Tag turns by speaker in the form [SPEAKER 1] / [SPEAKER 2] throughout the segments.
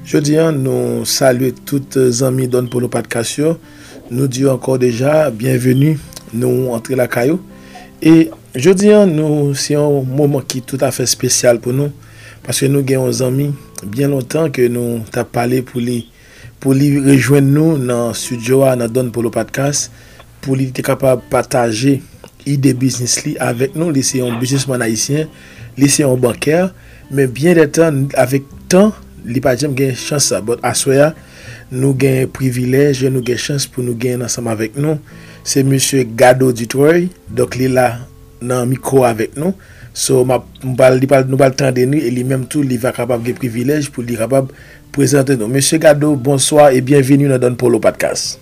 [SPEAKER 1] Je dis, nous saluons toutes les amis Don Polo Podcast. Nous disons encore déjà bienvenue, nous entrer la caillou. Et je dis, nous, c'est un moment qui est tout à fait spécial pour nous. Parce que nous avons des amis bien longtemps que nous avons parlé pour les rejoindre nous dans le studio, dans Don Polo Podcast, pour les être capable de partager idée business li avec nous. C'est un businessman haïtien, c'est un bancaire, mais bien des temps, avec temps, il pas jamais gain chance ça. Mais à soya, nous gain privilège, nous gain chance pour nous gagner ensemble avec nous. C'est monsieur Gado Dutroy, donc il est là dans micro avec nous. So nous pas le temps de nous et lui-même tout il va capable de privilège pour lui capable présenter nous. Monsieur Gado, bonsoir et bienvenue dans Don Polo Podcast.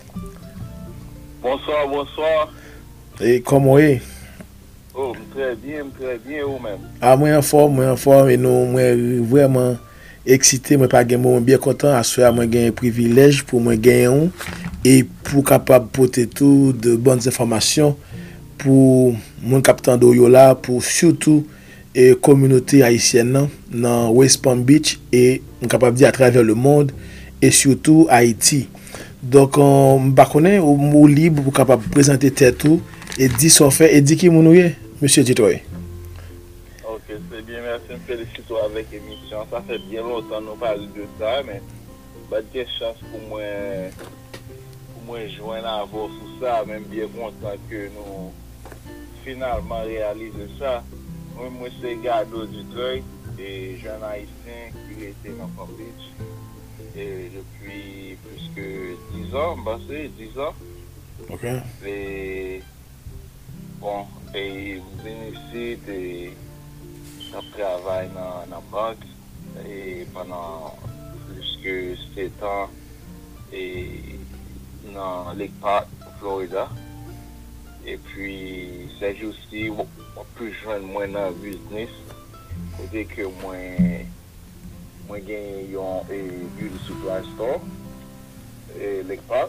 [SPEAKER 2] Bonsoir.
[SPEAKER 1] Et comment est?
[SPEAKER 2] Oh, très bien vous-même.
[SPEAKER 1] Ah, moi en forme et nous moi vraiment excité, moi pas bien content à soir moi gain privilège pour moi gagner et pour capable porter tout de bonnes informations pour mon capitaine d'Oyola, pour surtout et communauté haïtienne dans West Palm Beach et on capable dire à travers le monde et surtout Haïti. Donc on connaît au libre pour capable présenter tout et dire son fait et dire qui mon monsieur Titoy.
[SPEAKER 2] OK, c'est bien, merci, je me félicite avec l'émission. Ça fait bien longtemps nous parler de ça, mais j'ai chance pour moi joindre à vous sur ça, même bien content que nous finalement réaliser ça. Moi c'est Gado Dutroy et jeune haïtien qui était dans Palm Beach et depuis plus que 10 ans, c'est 10 ans.
[SPEAKER 1] OK.
[SPEAKER 2] Et bon, et bénéficie et je travaille dans la banque et pendant plus que 7 ans et dans Lake Park, Florida. Et puis, c'est juste aussi, on peut joindre moi dans le business. Côté que moi gagne un beauty supply store et Lake Park.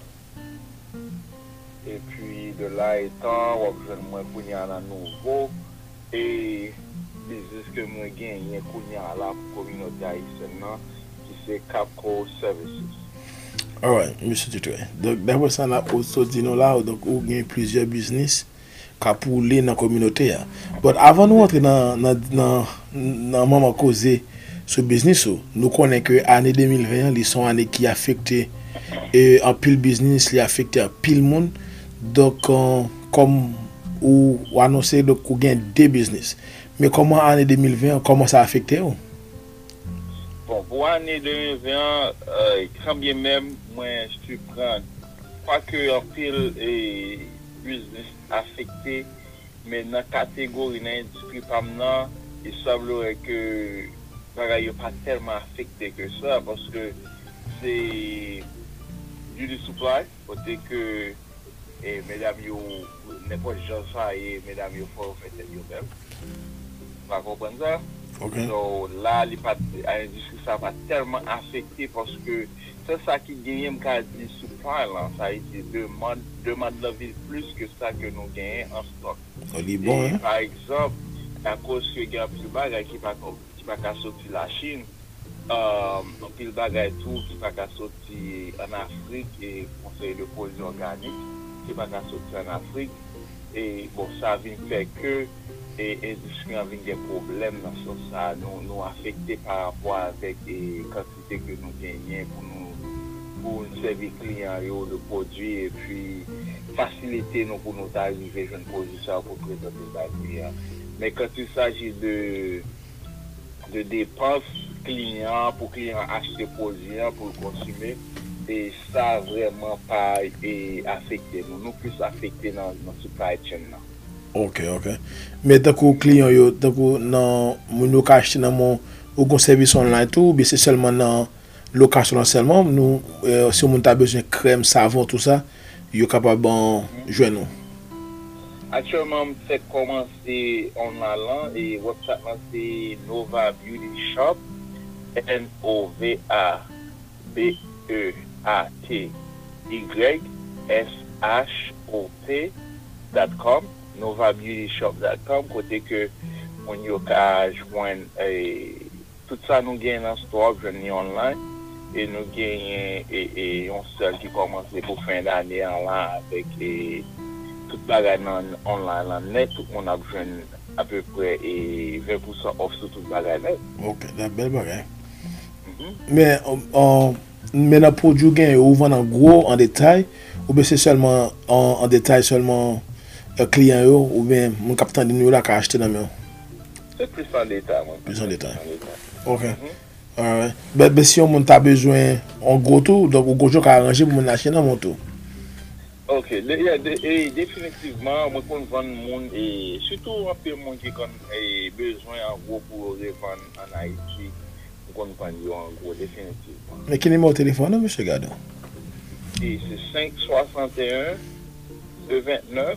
[SPEAKER 2] Et puis, de là étant, on peut joindre moi pour y aller à nouveau. Et business que moi gagne pour y aller à la communauté haïtienne qui c'est Capco Services.
[SPEAKER 1] Alright, monsieur Dutroy. Donc, d'abord, ça, on a aussi dit nous là, donc, où il y a plusieurs business qui pour les dans la communauté. Mais avant de rentrer dans moment causer ce business, nous connaissons que l'année 2020, ils sont années qui affectent un pile business, qui affectent un pile monde. Donc, comme ou annoncer donc qu'on gagne des business. Mais comment l'année 2020, comment ça a affecté?
[SPEAKER 2] Bon, pour l'année 2020, quand bien même, moi, je suis prends pas que un pile business affecté, mais dans la catégorie de l'industrie permanente, il semblerait que il n'est pas tellement affecté que ça, parce que c'est du supply, côté que mesdames, n'importe quel genre ça, et mesdames, il faut faire eux-mêmes. Vous comprenez ça?
[SPEAKER 1] Okay.
[SPEAKER 2] Donc là, l'industrie ça va tellement affecté parce que c'est ça qui gagne quand dit supply là, ça a été demande la ville plus que ça que nous gagnons en stock.
[SPEAKER 1] Bon, hein?
[SPEAKER 2] Par exemple, à cause que il y a plus bagaille qui pas sortir la Chine, pile bagaille tout qui pas sortir en Afrique et conseil de produits organiques qui pas sortir en Afrique et bon ça vient faire que et l'industrie a des problèmes dans ça nous affecté par rapport avec les quantités que nous gagnons pour nous servir clients de produits et puis faciliter nous pour nous arriver à une position pour présenter les clients. Mais quand il s'agit de dépenses clients pour clients acheter produits pour le consommer, et ça vraiment pas affecté nous plus affecté dans notre supply chain là.
[SPEAKER 1] OK. Mais tant que client yo tant que dans mon acheter dans mon au service online tout, mais c'est seulement dans location seulement nous si on a besoin de crème, savon tout ça, yo capable joindre nous.
[SPEAKER 2] Actuellement, c'est commencer en allant et website c'est Nova Beauty Shop, NOVABEAUTYSHOP.com, NovaBeautyShop.com, côté que on y a joindre tout ça nous gagne en store, je online et nous gagnons et on seul qui commence pour fin d'année en là avec tout bagage online en net, tout le monde a besoin à peu près et 20% off sur tout bagage net.
[SPEAKER 1] Ok, c'est belle bagage. Mais maintenant produit gain ou vend en gros en détail ou bien c'est seulement en détail seulement client ou bien mon capitaine de nous là qui a acheté dans moi.
[SPEAKER 2] C'est plus en détail.
[SPEAKER 1] Plus en détail. OK. Ben si on a besoin en gros tout donc au gros jour à arranger pour mon acheter dans mon tout.
[SPEAKER 2] Ok, définitivement, moi, pour vendre monde et surtout un peu de monde qui a besoin en gros pour revendre en Haïti, pour qu'on vende en gros, définitivement.
[SPEAKER 1] Mais quel numéro de téléphone, M. Gado?
[SPEAKER 2] Et c'est 561 229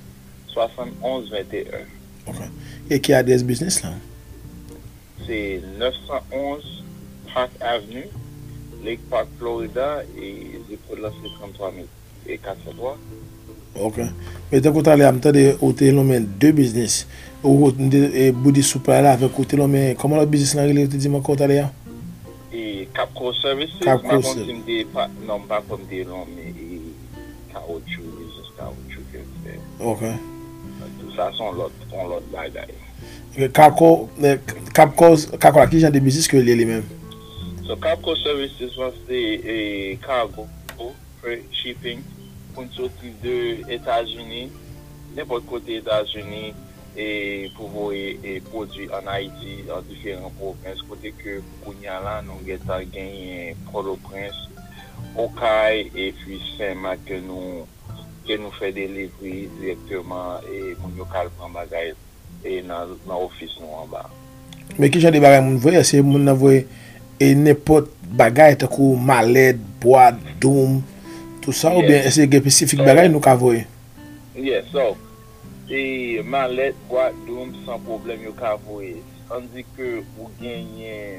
[SPEAKER 2] 71 21.
[SPEAKER 1] Ok. Et qui a adresse business là?
[SPEAKER 2] C'est 911 Park Avenue, Lake Park, Florida, et zip code là c'est 33 000. Et 403.
[SPEAKER 1] Ok. Mais tant qu'on t'a l'air hôtel on met deux business. Ou Boudi Super là avec hôtel on met comment le business là il te dit moi quand t'as l'air?
[SPEAKER 2] Et Capco Services.
[SPEAKER 1] Capco Services.
[SPEAKER 2] Non pas comme des noms mais caoutchouc business caoutchouc que fait.
[SPEAKER 1] Ok.
[SPEAKER 2] Tout ça sont l'autre bagaille.
[SPEAKER 1] Capco la qui genre de business que les mêmes.
[SPEAKER 2] So Capco Services c'est cargo shipping pour sortir de États-Unis, n'importe côté États-Unis et pour voyer produits en Haïti dans différentes provinces. Côté que Kounyala, nous avons gagné Port-au-Prince, Okaï et puis Saint-Marc que nous fait des livres directement et mon local prend bagage et dans l'office nous en bas.
[SPEAKER 1] Mais qui genre de bagage mon voyer c'est mon envoyer et n'importe bagage comme mallette, boîte, doom tout ça, ou bien c'est spécifique bagage nous qu'avoyer?
[SPEAKER 2] Yes, so, et mallette, boîte, doom, sans problème, nous qu'avoyer. On dit que vous gagnez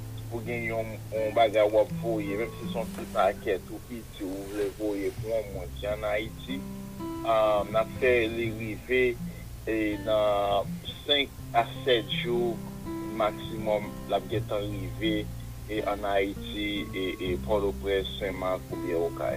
[SPEAKER 2] un bagage ou voyer, même si son petit paquet ou petit, vous voulez voyer pour un mois qui en Haïti, on a fait les rivets et dans 5 à 7 jours maximum, la guette arrivée et en Haïti et Port-au-Prince, Saint-Marc ou bien Okaï.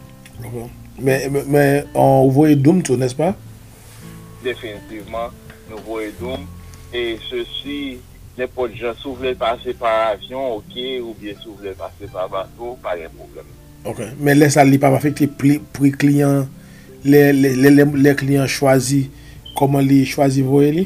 [SPEAKER 1] Mais on voit Doom tout, n'est-ce pas?
[SPEAKER 2] Définitivement, nous voyons Doom. Et ceci, n'importe gens, si vous voulez passer par avion, ok, ou bien si vous voulez passer par bateau, pas de problème.
[SPEAKER 1] Ok. Mais laisse ça pas affecter prix client, les clients choisissent comment les choisissent voyer?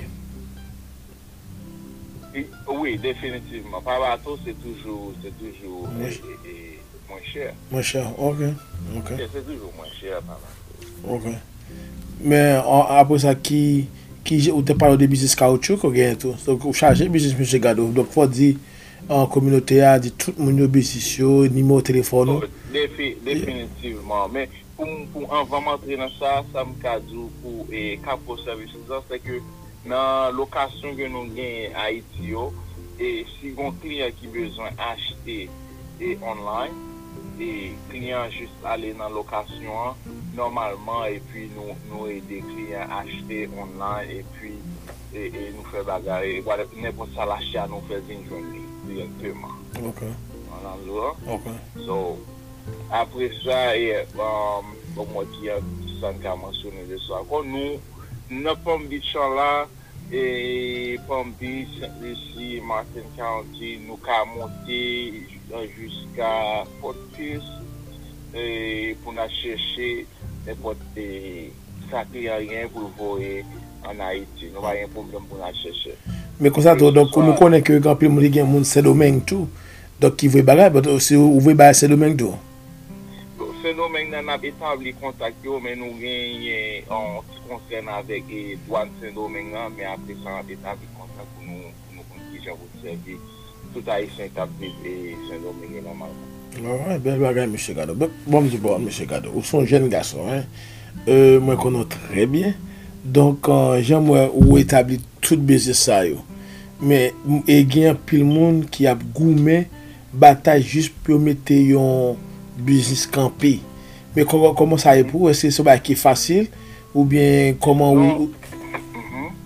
[SPEAKER 2] Oui, définitivement. Par bateau, c'est toujours moins cher.
[SPEAKER 1] Moins cher, ok.
[SPEAKER 2] C'est toujours moins cher par bateau.
[SPEAKER 1] Ok. Mais après ça, qui ou te parle de business caoutchouc ou bien tout? Donc, vous chargez business, M. Gado. Donc, il faut dire en communauté, dit tout le monde business, numéro de téléphone.
[SPEAKER 2] Définitivement. Mais pour vraiment entrer dans ça, ça me dit pour Capco Services, c'est que dans la location que nous gagnons à Haïti, et si un client qui a besoin d'acheter online, et client juste aller dans la location normalement et puis nous aider clients à acheter online et puis nous faire bagarre n'importe ça l'achat nous faire une journée directement.
[SPEAKER 1] Ok.
[SPEAKER 2] Ok. So après ça comme moi qui a mentionné de ça nous Palm Beach là et Palm Beach, Saint-Lucie, Martin County, nous avons monté jusqu'à Port-Pierce pour nous chercher n'importe ça qu'il y a rien pour voyer en Haïti. Nous n'avons pas de problème pour nous chercher.
[SPEAKER 1] Mais comme ça, donc nous connaissons que quand il y a des gens domaine tout, donc qui veut bagarre, mais aussi vous voulez bagarre ce domaine tout.
[SPEAKER 2] Ce domaine nous a établi contact, mais nous gagnons en ce qui concerne avec les douanes Saint-Domingue, mais après ça, on a établi contact pour nous constituer vous servir. Tout haïtien établi Saint-Domingue normalement.
[SPEAKER 1] Ouais, belle bagarre, M. Gado. Bon, M. Gado, vous êtes un jeune garçon, hein? Moi, je connais très bien. Donc, j'aimerais vous établir tout business ça. Mais il y a pile monde qui a gourmet bataille juste pour mettre un business campé. Mais comment ça est pour? Est-ce que c'est qui est facile ou bien comment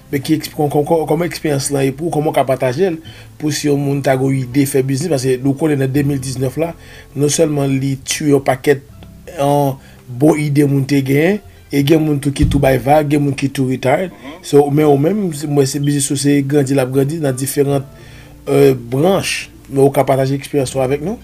[SPEAKER 1] mais qui explique comment expérience là et pour comment qu'a partager pour si on monde t'a une idée faire business parce que nous connaissons en 2019 là non seulement li tuer un paquet en bon idée moun te gagné et gen moun tout qui tout bay vague gen moun qui tout retard so mais au même moi c'est business c'est grandi dans différentes branches mais on peut partager expérience avec nous.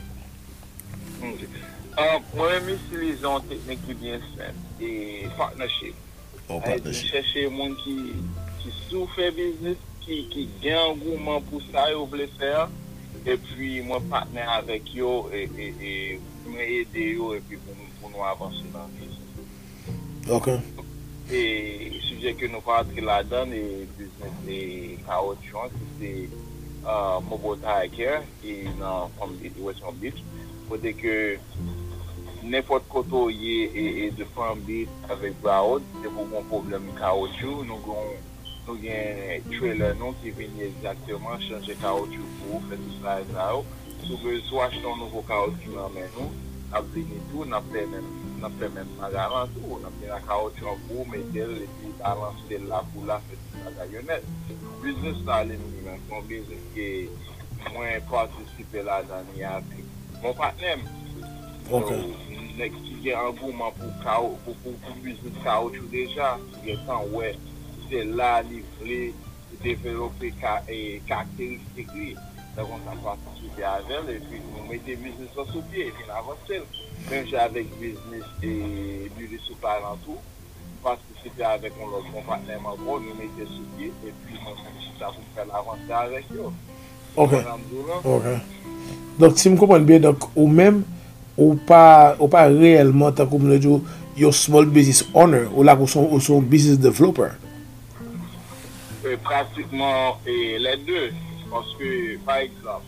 [SPEAKER 2] Moi-même j'utilise une technique qui est bien simple et partnership. Chercher des gens qui souffrent business, qui gagnent un engouement pour ça, ils veulent faire. Et puis, moi, partenaire avec eux et m'aider eux et puis pour nous avancer dans le business.
[SPEAKER 1] Ok.
[SPEAKER 2] Et sujet que nous parlons là-dedans, et business et caoutchouc, c'est Mobile Tire et dans West Palm Beach. Pour dire que n'importe côté et de Palm Beach avec Broward, c'est pour un problème caoutchouc. Nous avons un trailer qui vient exactement changer caoutchouc pour faire tout ça. Si vous voulez soit acheter un nouveau caoutchouc, nous avons tout, nous avons fait même magasin, nous avons fait un caoutchouc pour mettre et puis balancer là pour la faire tout ça. Le business là, c'est un business qui est moins participé là-dedans avec mon partenaire. Qui a un engouement pour business caoutchouc déjà, il y a temps ouais, c'est là livrer, développer caractéristiques, donc on a participé avec et puis nous mettons business sur pied et puis on avance. Même avec business et du super en tout, participer avec mon partenaire nous mettons sur pied et puis on ça pour faire l'avancée avec eux.
[SPEAKER 1] Ok. Donc si je comprends bien, donc ou même ou pas réellement tant comme le dit your small business owner ou là ou son business developer.
[SPEAKER 2] Pratiquement les deux parce que par exemple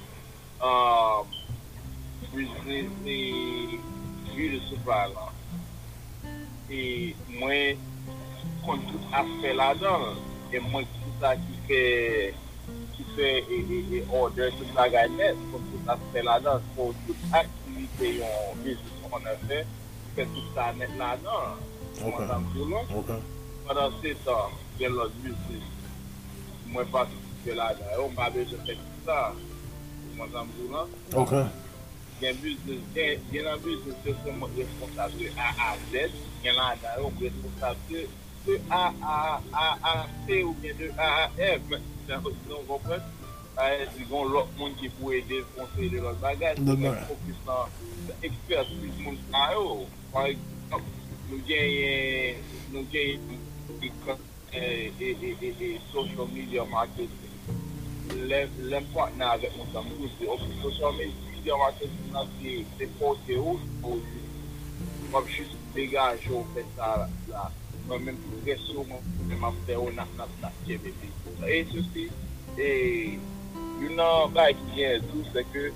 [SPEAKER 2] business et de super là et moi quand tout affaire là-dedans et moi tout ça qui fait order toute la gagnette pour tout affaire là-dedans pour toute activité en business qu'on a fait tout ça net là-dedans. Pendant ce temps il y a l'autre business moi participer là-dedans on va besoin de faire tout ça il y a un business c'est seulement responsable de A à Z il y en a là on est responsable de A à C ou bien de A à F vous comprenez ils ont l'autre monde qui peut aider conseiller de leur bagage nous focus dans l'expertise monde par exemple nous gagnons et social media marketing l'important avec nous c'est social media marketing c'est porter où comme je suis dégagé au fait ça là moi-même pour réseau même faire on a et ceci et you know like yeah tout c'est que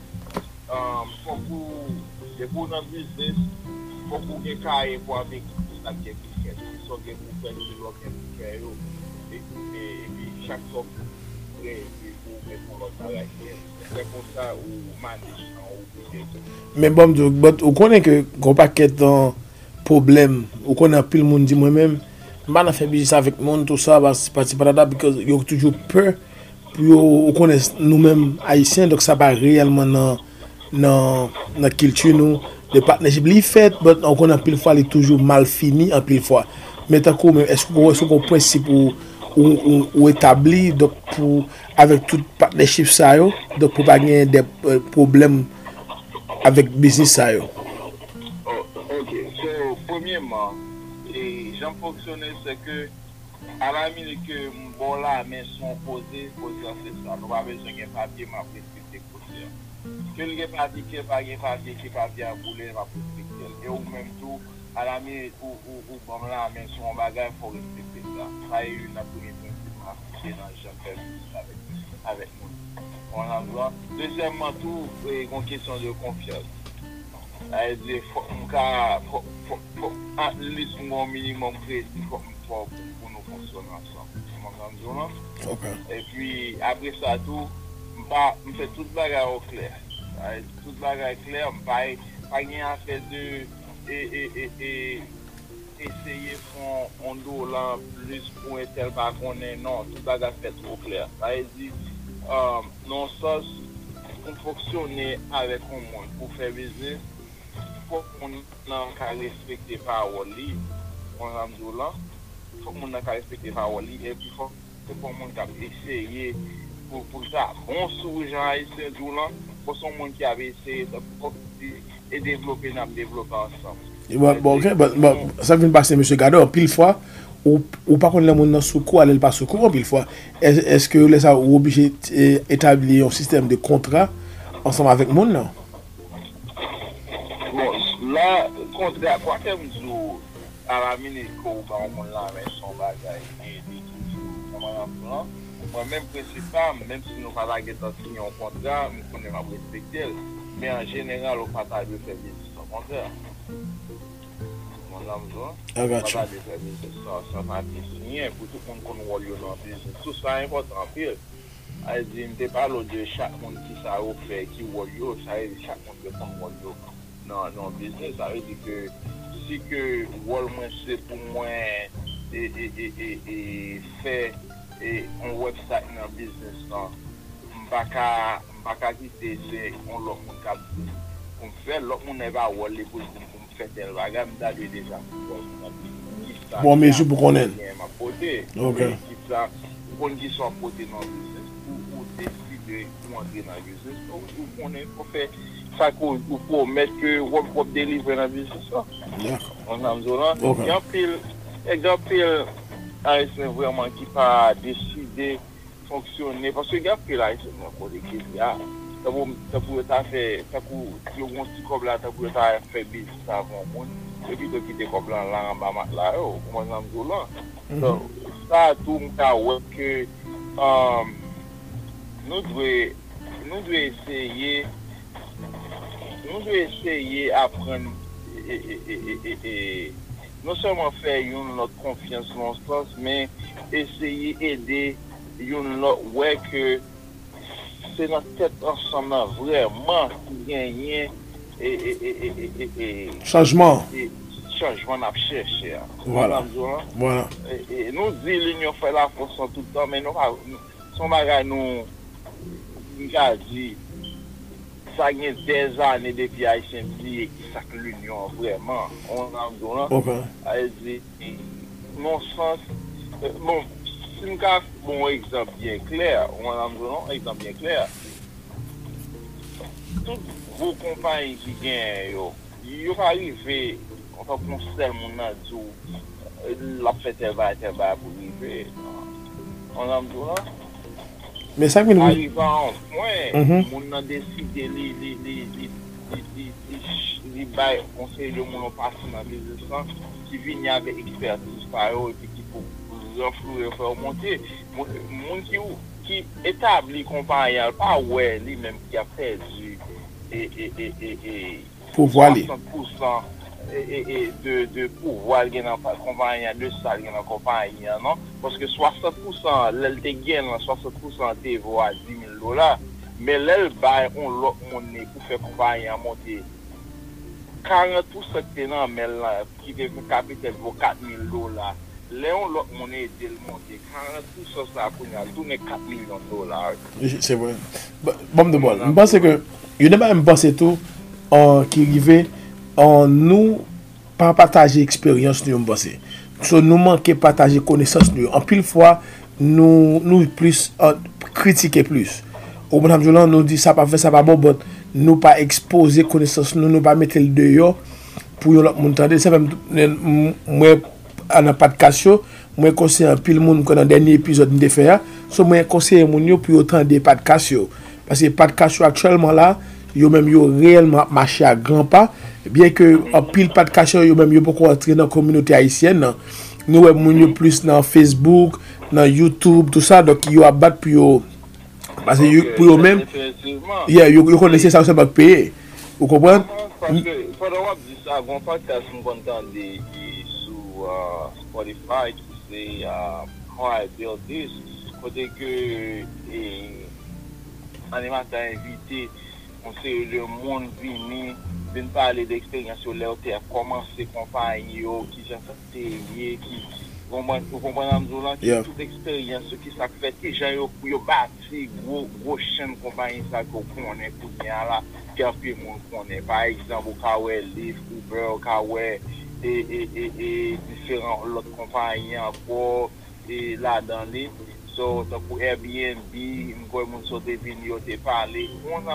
[SPEAKER 2] pour notre business pour que carré pour avec ça qui est so que pour faire le bloc et puis chaque fois pour mettre l'autre c'est pour ça ou manage
[SPEAKER 1] mais bon on connaît que gros paquet dans problème ou connaît plus le monde dit moi-même pas faire business avec monde tout ça parce que il y a toujours peur pour on connaît nous-mêmes haïtiens donc ça pas réellement dans culture nous les partnership li fait mais on connaît pile fois il toujours mal fini en pile fois mais tant que est-ce qu'on principe ou établi donc pour avec tout partnership ça yo donc pour pas gagner des problèmes avec business ça yo.
[SPEAKER 2] OK so premièrement et j'en fonctionne c'est que à la minute que bon là mais sont posés c'est ça nous pas besoin de papier m'a respecter côté que le papier qui pas à bouler m'a respecter et ou même tout à la minute ou bon là mais son bagage faut respecter ça ça est une première principe dans chaque avec nous on a droit deuxièmement tout une question de confiance c'est faut un minimum crédit pour nous fonctionner ensemble. Et puis après ça tout on fait toute bagarre au clair. Toute bagarre claire, pas rien à faire de essayer font $1 plus pour un tel pas qu'on est, non, tout ça a fait trop clair. Ça veut dire, non, ça, pour fonctionner avec un monde, pour faire business, il faut qu'on ait respecté parole, on a dit là, il faut qu'on ait respecté parole, et puis il faut qu'on ait essayé pour ça. Bon, sous Jean Haïtien Doulan, pour son monde qui avait essayé de développer ensemble.
[SPEAKER 1] Bon, ok, bon, ça vient de passer, M. Gado, pile fois, ou pas qu'on le monde dans secours, aller pas secours, pile fois. Est-ce que les ça ou obligé d'établir un système de contrat ensemble avec le monde, non?
[SPEAKER 2] Bon, là, contrat, quoi que je dis, à la minute qu'on va on là avec son bagage et tout, moi-même, principal, même si nous pas signé un contrat, nous connaissons pas respecter, mais en général, on pas de faire business au contraire.
[SPEAKER 1] I got you.
[SPEAKER 2] Ça m'a signé pour tout le monde qu'on voit dans le business. Tout ça est important. Je dis, je ne parle pas de chaque monde qui ça fait, qui voit, ça veut dire chaque monde qui voit dans le business. Ça veut dire que si que c'est pour moi et faire un website dans le business, je ne vais pas quitter l'autre monde qui fait, l'autre monde va voir les pour déjà.
[SPEAKER 1] Bon, mais je pour connaître.
[SPEAKER 2] Ok. Pour qui sont côté dans le business, ou décider pour entrer dans le business, ou qu'on est pour faire ça pour mettre que on peut délivrer dans le business.
[SPEAKER 1] D'accord.
[SPEAKER 2] On a besoin. Il y a un pile, exemple, c'est vraiment qui pas décidé fonctionner parce que il y a pile là, c'est pour des qui ça pour faire ça pour si on petit comme là ça pour faire business avant monde et puis de quitter comme là en bas là comment ça me là donc ça tout cas ouais que nous devons essayer apprendre et non seulement faire notre confiance dans ce sens mais essayer aider l'autre ouais que c'est notre tête ensemble vraiment qui gagne
[SPEAKER 1] changement
[SPEAKER 2] à chercher.
[SPEAKER 1] Voilà.
[SPEAKER 2] Et nous dit l'union fait la force tout le temps mais nous son bagage nous a dit ça y est des années depuis Haïtien qui ça que l'union vraiment on a besoin non sens bon si nous avons un exemple bien clair, on a un exemple bien clair. Toutes vos compagnies qui gagnent, ils vont arriver, on va construire mon adjo, la fête va pour arriver. On a besoin.
[SPEAKER 1] Mais ça veut
[SPEAKER 2] arriver à un point, on a décidé les bails conseiller de mon passé dans les instants qui viennent avec expertise par eux et puis qui pour faire monter monde qui établit compagnie pas ouais lui même qui a perdu et
[SPEAKER 1] pouvoir
[SPEAKER 2] 60% de pouvoir dans la compagnie de salle dans la compagnie non parce que 60% l'elle te gagne 60% te vaut à $10,000 mais l'elle bail on l'autre monnaie pour faire compagnie à monter 40% que dans mel là qui fait capital vaut $4,000 Léon l'autre monnaie de monter 40% ça pour tourner $4 millions.
[SPEAKER 1] C'est vrai. Bon de bon. Je pense que il n'est pas même penser tout qui arrivait en nous pas partager expérience nous penser. So nous manquer partager connaissance nous. En pile fois nous plus critiquer plus. Au bout d'un nous dit ça pas fait ça pas bon nous pas exposer connaissance nous pas mettre le dehors pour l'autre monde entendre ça même moi en podcast moi conseille un pile monde dans dernier épisode de faire so moi conseiller mon yo pour autant des podcasts parce que podcast actuellement là yo même yo réellement marché à grands pas bien que en pile podcast yo même yo beaucoup entrer dans la communauté haïtienne nous mon yo plus dans Facebook dans YouTube tout ça donc yo abattre pour parce que pour eux même yo connaissez ça c'est pas payer vous comprenez
[SPEAKER 2] parce que pendant que dit ça bon podcast nous entendre sur Spotify qui c'est how I build this côté que animateur invité on sait le monde vini, vient parler d'expérience sur leur terre, comment c'est compagnie, qui j'ai fait, qui vous comprenez, toute expérience, qui ça fait, qui j'ai eu bâti, gros chaîne compagnie, ça qu'on connaît, pour bien là, qui a fait mon connaît, par exemple, au Kawaii, Lyft, Uber, au Kawaii, et différents autres compagnies encore, et là dans les. So, pour Airbnb, mon sauté venu te parler.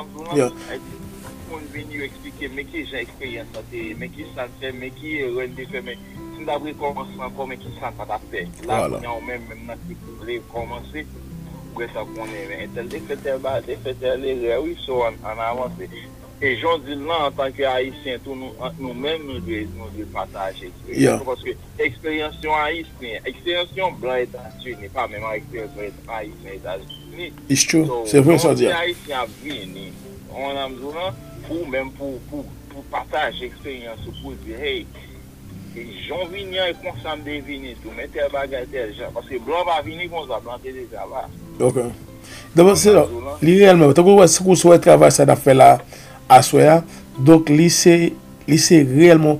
[SPEAKER 2] On venu expliquer, mais qui j'ai expérience, mais qui ça fait, mais qui est rendu fait, mais si d'après commencer encore, mais qui ça pas fait. Là, on a même qui voulait commencer, pour ça qu'on est. Des faits, oui, on avance. Et j'en dis là, en tant qu'Haïtien, nous-mêmes, nous devons partager. Parce que l'expérience haïtienne, l'expérience blanc États-Unis n'est pas même l'expérience haïtienne États-Unis.
[SPEAKER 1] It's true. C'est vrai ça dire.
[SPEAKER 2] Haïtien a venu, on a besoin pour même pour partager l'expérience, pour dire, hey, j'en viens et qu'on s'en devine tout, mettez un bagage tel genre. Parce que blanc va venir comme ça, blanc est déjà là.
[SPEAKER 1] Ok. Donc, c'est là, réellement, tant qu'on souhaite travailler ça d'affaire là, à soi, donc lycée réellement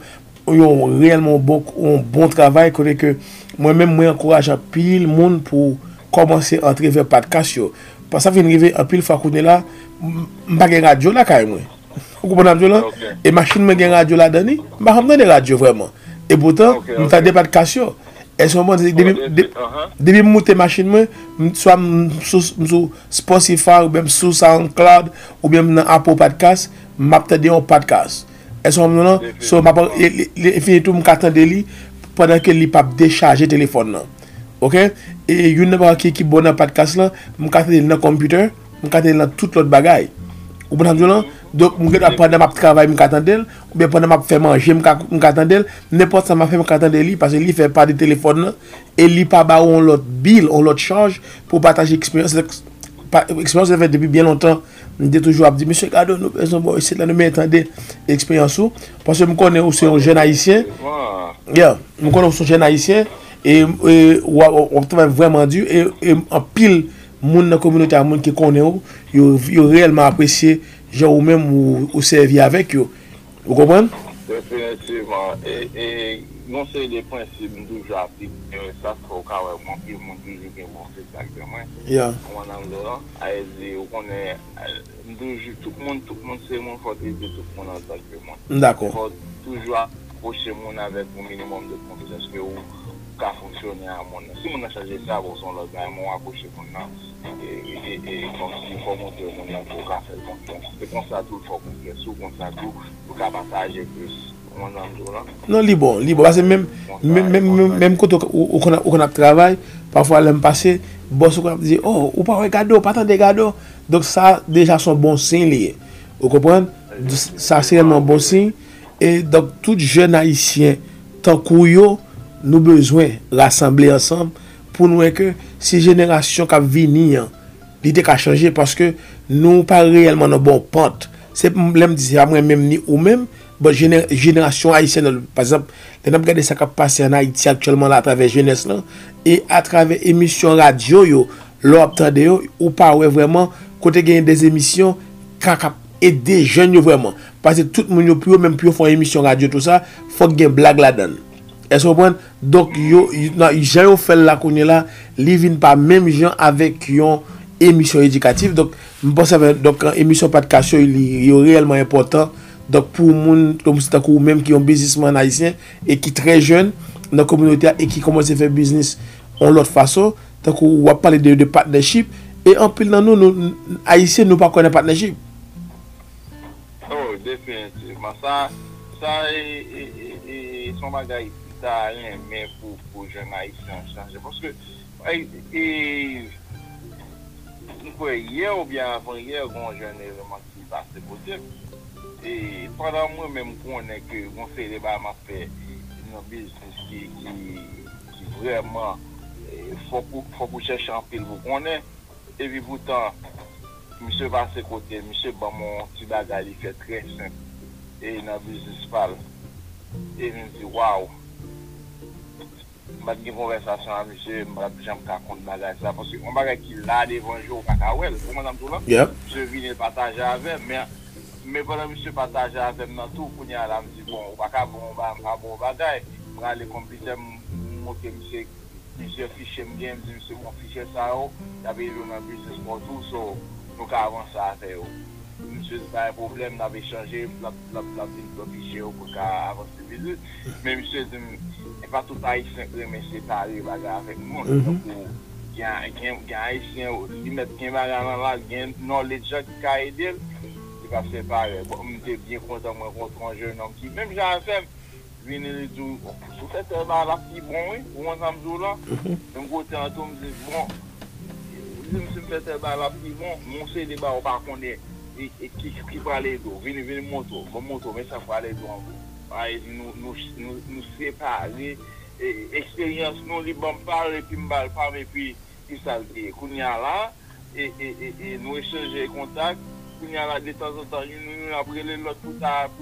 [SPEAKER 1] bon travail que moi-même moi encourage un pile monde pour commencer à entrer vers podcast parce que ça vient arriver un pile fois qu'on est là pas de radio là quand même vous comprenez là et machine me gagne radio là dedans pas entendre des radio vraiment et pourtant on t'a des podcasts et ce moment depuis monter machine moi soit sur Spotify ou même sur SoundCloud ou bien dans Apple Podcast m'a tendé un podcast et ce moment so m'a fini tout m'attendre lui pendant que il pas décharger téléphone là OK et une n'importe qui bon dans podcast là m'attendre dans computer m'attendre dans toute l'autre bagaille ou bon là donc pendant m'a travail m'attendre ou bien pendant m'a faire manger m'attendre n'importe ça m'a fait m'attendre lui parce que lui fait pas de téléphone là et lui pas ba on l'autre bill on l'autre charge pour partager expérience fait depuis bien longtemps j'ai toujours dit monsieur Gado nous besoin essayer là nous m'entendre expérience parce que me connais aussi un jeune haïtien me connais aussi un jeune haïtien et on travaille vraiment dur et en pile monde dans communauté monde qui connaît yo réellement apprécié genre ou même ou servir avec yo vous comprenez
[SPEAKER 2] définitivement et non c'est des principes toujours appliqués ça faut quand même mon toujours c'est exactement on a on connaît tout le monde c'est mon faut tout le monde en tant que moi
[SPEAKER 1] d'accord
[SPEAKER 2] toujours approcher mon avec un minimum de confiance que ça fonctionner à mon si on a changé ça pour son l'autre mon approcher mon et comme si faut monter mon pour faire confiance c'est comme ça tout faut confiance comme ça tout pour partager plus
[SPEAKER 1] non libre parce que même quand on a travail parfois l'aime passer boss on dit oh ou pas regarder pas tant de regarder donc ça déjà son bon signe lié vous comprenez ça c'est vraiment bon signe et donc tout jeune haïtien tant qu'on nous besoin rassembler ensemble pour nous que ces générations qui venir l'idée qui a changé parce que nous pas réellement dans bon pente c'est l'aime dire moi même ni ou même bon génération haïtienne par exemple on a regardé ça qui passe en Haïti actuellement là à travers jeunesse là et à travers émission radio yo l'obtendez ou pas vraiment côté gagner des émissions qui aider jeunes vraiment parce que tout le monde plus même plus font émission radio tout ça faut gagner blague là-dedans est-ce que vous donc yo j'ai fait la connait là living pas même gens avec une émission éducative donc je pense donc émission podcast il est réellement important donc pour moun comme c'est ou même qui ont businessman haïtien et qui très jeune dans la communauté et qui commence à faire business en l'autre façon donc on va parler de partnership et en pile dans nous haïtiens nous pas connaît partnership
[SPEAKER 2] définitivement ça et son bagage ça rien mais pour jeunes haïtiens changer parce que hier ou bien avant hier un jeune élément qui passait possible et pendant moi même qu'on est que on fait les bas m'a fait un business qui vraiment faut pour chercher un pile vous connaît et puis pourtant monsieur va à ses côtés monsieur bon mon petit bagage il fait très simple et dans business parle et je me dis waouh m'a une conversation avec monsieur m'a jamais raconter bagage ça parce que on bagage qui là devant jour pas kawel comment madame tout là je viens partager avec mais Mais pendant monsieur partage avec moi tout, pour y aller, me dit bon, on va pas bon bagaille, on va aller compliquer monter monsieur plusieurs fichiers me dit monsieur mon fichier ça il y avait le business pour tout so nous avancer à faire. Monsieur pas un problème, on avait changé la fichier pour avancer vite. Mais monsieur dit pas tout haïtien mais c'est parler bagarre avec moi. Il y a haïtien lui mettre qui bagarre là, il y a knowledge qui a aidé. Il va faire pareil. Bon, j'étais bien content de rencontrer un jeune homme qui, même j'ai fait, vient et dit, vous faites la petite bon, oui, ou on s'en joue là. Donc, côté en tout, me dit, bon, je me suis fait la petite bon, mon c'est des barres, par contre, et qui va aller d'eau, venez moto, mais ça va aller d'eau. Nous séparer, expérience, nous, les bons parler, puis me parler, et puis, qui ça le dit, qu'on y a là, et nous échanger contact. Il y a de temps en temps, nous après l'autre pour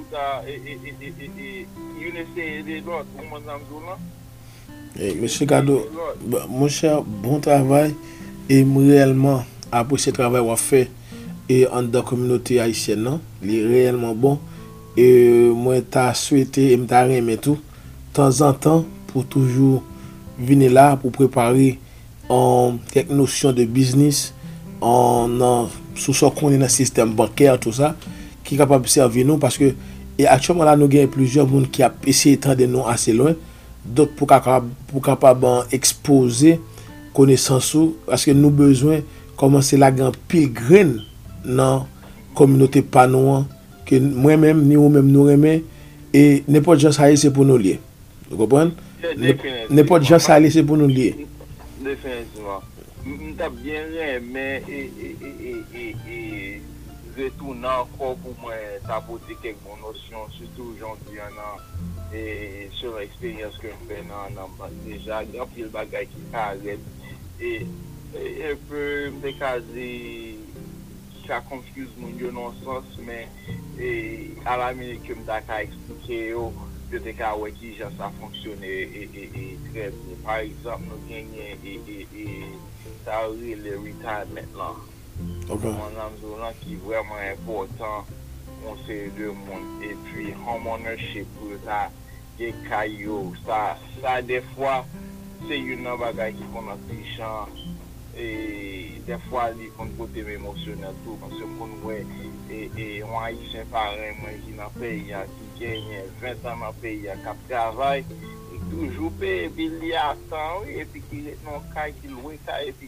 [SPEAKER 2] essayer de l'autre,
[SPEAKER 1] Monsieur Gado, mon cher, bon travail et réellement apprécié le travail qu'on fait et en dans la communauté haïtienne, non? Il est réellement bon et moi t'as souhaité et m't'a aimé tout de temps en temps pour toujours venir là pour préparer en quelques notions de business en sous ce qu'on est dans le système bancaire, tout ça, qui est capable de servir nous parce que et actuellement là nous avons plusieurs monde qui a essayé de nous assez loin, donc pour capable exposer connaissance parce que nous besoin commencer la grand pile grain dans communauté panouan que moi-même ni ou même nous remet et n'importe gens ça c'est pour nous lier. Vous comprenez? N'importe gens ça c'est pour nous lier.
[SPEAKER 2] Définitivement. M't'a bien aimé et retourner encore pour moi t'apporter quelques bonnes notions surtout aujourd'hui et sur l'expérience que je fais déjà il y a plein de bagages qui arrêtent et un peu m'décaser ça confuse mon Dieu non sens mais à la minute que m't'a expliquer peut-être qui ça fonctionne et très bien. Par exemple, nous gagnons ça le retirement là.
[SPEAKER 1] Okay.
[SPEAKER 2] On a qui est vraiment important, on sait de monde et puis home ownership pour ça, des cailloux, ça des fois c'est une bagaille qui qu'on a trichant et des fois il faut côté émotionnel tout parce que on voit et on haïtien pareil moi qui n'a pays qui gagne 20 ans dans pays qui travaille toujours payer bill à temps et puis qui non caille qui loue caille et puis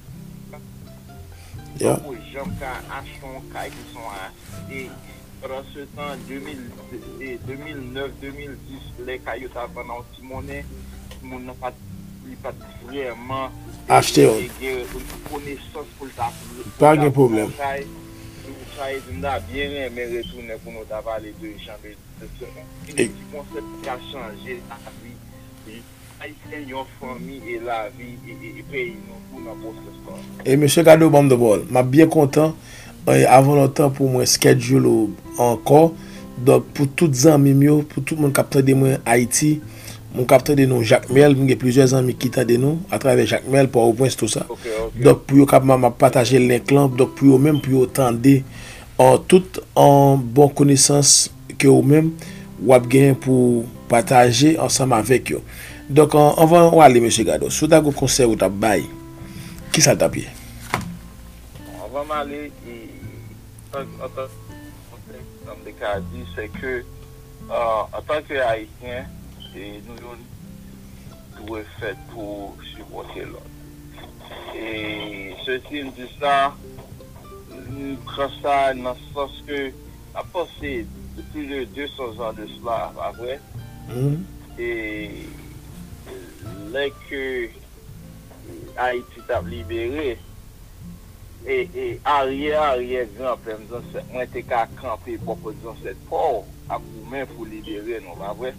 [SPEAKER 2] pour gens qui achètent un caille qui sont et pendant ce temps 2009 2010 les cailloux étaient pendant petit monnaie mon n'a pas vraiment
[SPEAKER 1] acheter
[SPEAKER 2] une connaissance pour ta
[SPEAKER 1] pas de problème.
[SPEAKER 2] Bien aimé retourner pour nous parler de échanger de ce concept qui a changé la vie haïtienne, une famille et la vie et pays nous pour n'importe quoi.
[SPEAKER 1] Et monsieur Gado Bondebol, m'a bien content avant longtemps pour moi schedule encore donc pour toutes les amis pour tout le monde capteur de moi Haïti. Mon capteur de nous Jacques Mel, j'ai plusieurs amis qui t'ont de nous à travers Jacques Mel pour au point tout ça.
[SPEAKER 2] Okay.
[SPEAKER 1] Donc pour capable partager le link là, donc pour même pour entendre en toute en bonne connaissance que vous même ou bien pour partager ensemble avec eux. Donc on va aller monsieur Gado, sous ta conseil ou ta bail. Qui ça t'a bien?
[SPEAKER 2] On va m'aller en cas dit c'est que en tant que haïtien et nous devons faire pour supporter l'autre. Et ceci me dit ça, nous prenons ça dans le sens que, à passer plus de 200 ans de cela, après, et là que Haïti t'a libéré, et arrière grand-père, moi j'étais qu'à camper pour dire cette port, à vous-même pour libérer, non, pas vrai?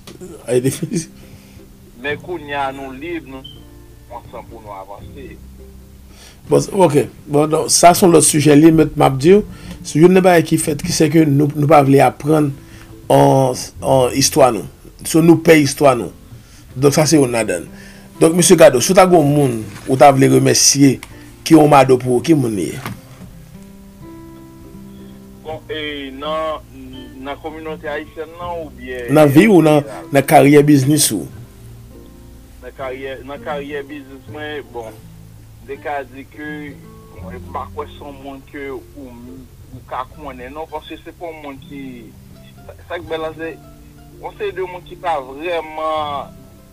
[SPEAKER 2] Mais quand nous sommes libres, nous ensemble pour nous avancer.
[SPEAKER 1] Bon, ok. Bon, donc, ça sont l'autre sujet là, mais m'a dit, c'est une chose qui fait qui c'est que nous pas voulons apprendre en histoire nous. So nous paye histoire nous. Donc ça c'est on a donné. Donc monsieur Gado, si tu as un monde ou tu voulais remercier qui ont mado pour qui moun
[SPEAKER 2] Et dans la communauté haïtienne ou bien
[SPEAKER 1] Dans la vie ou dans la carrière business ou?
[SPEAKER 2] Dans la carrière business, bon, des cas dit que par quoi son monde que ou ka connaît non parce que c'est pas un monde qui ça que balancer on sait de monde qui pas vraiment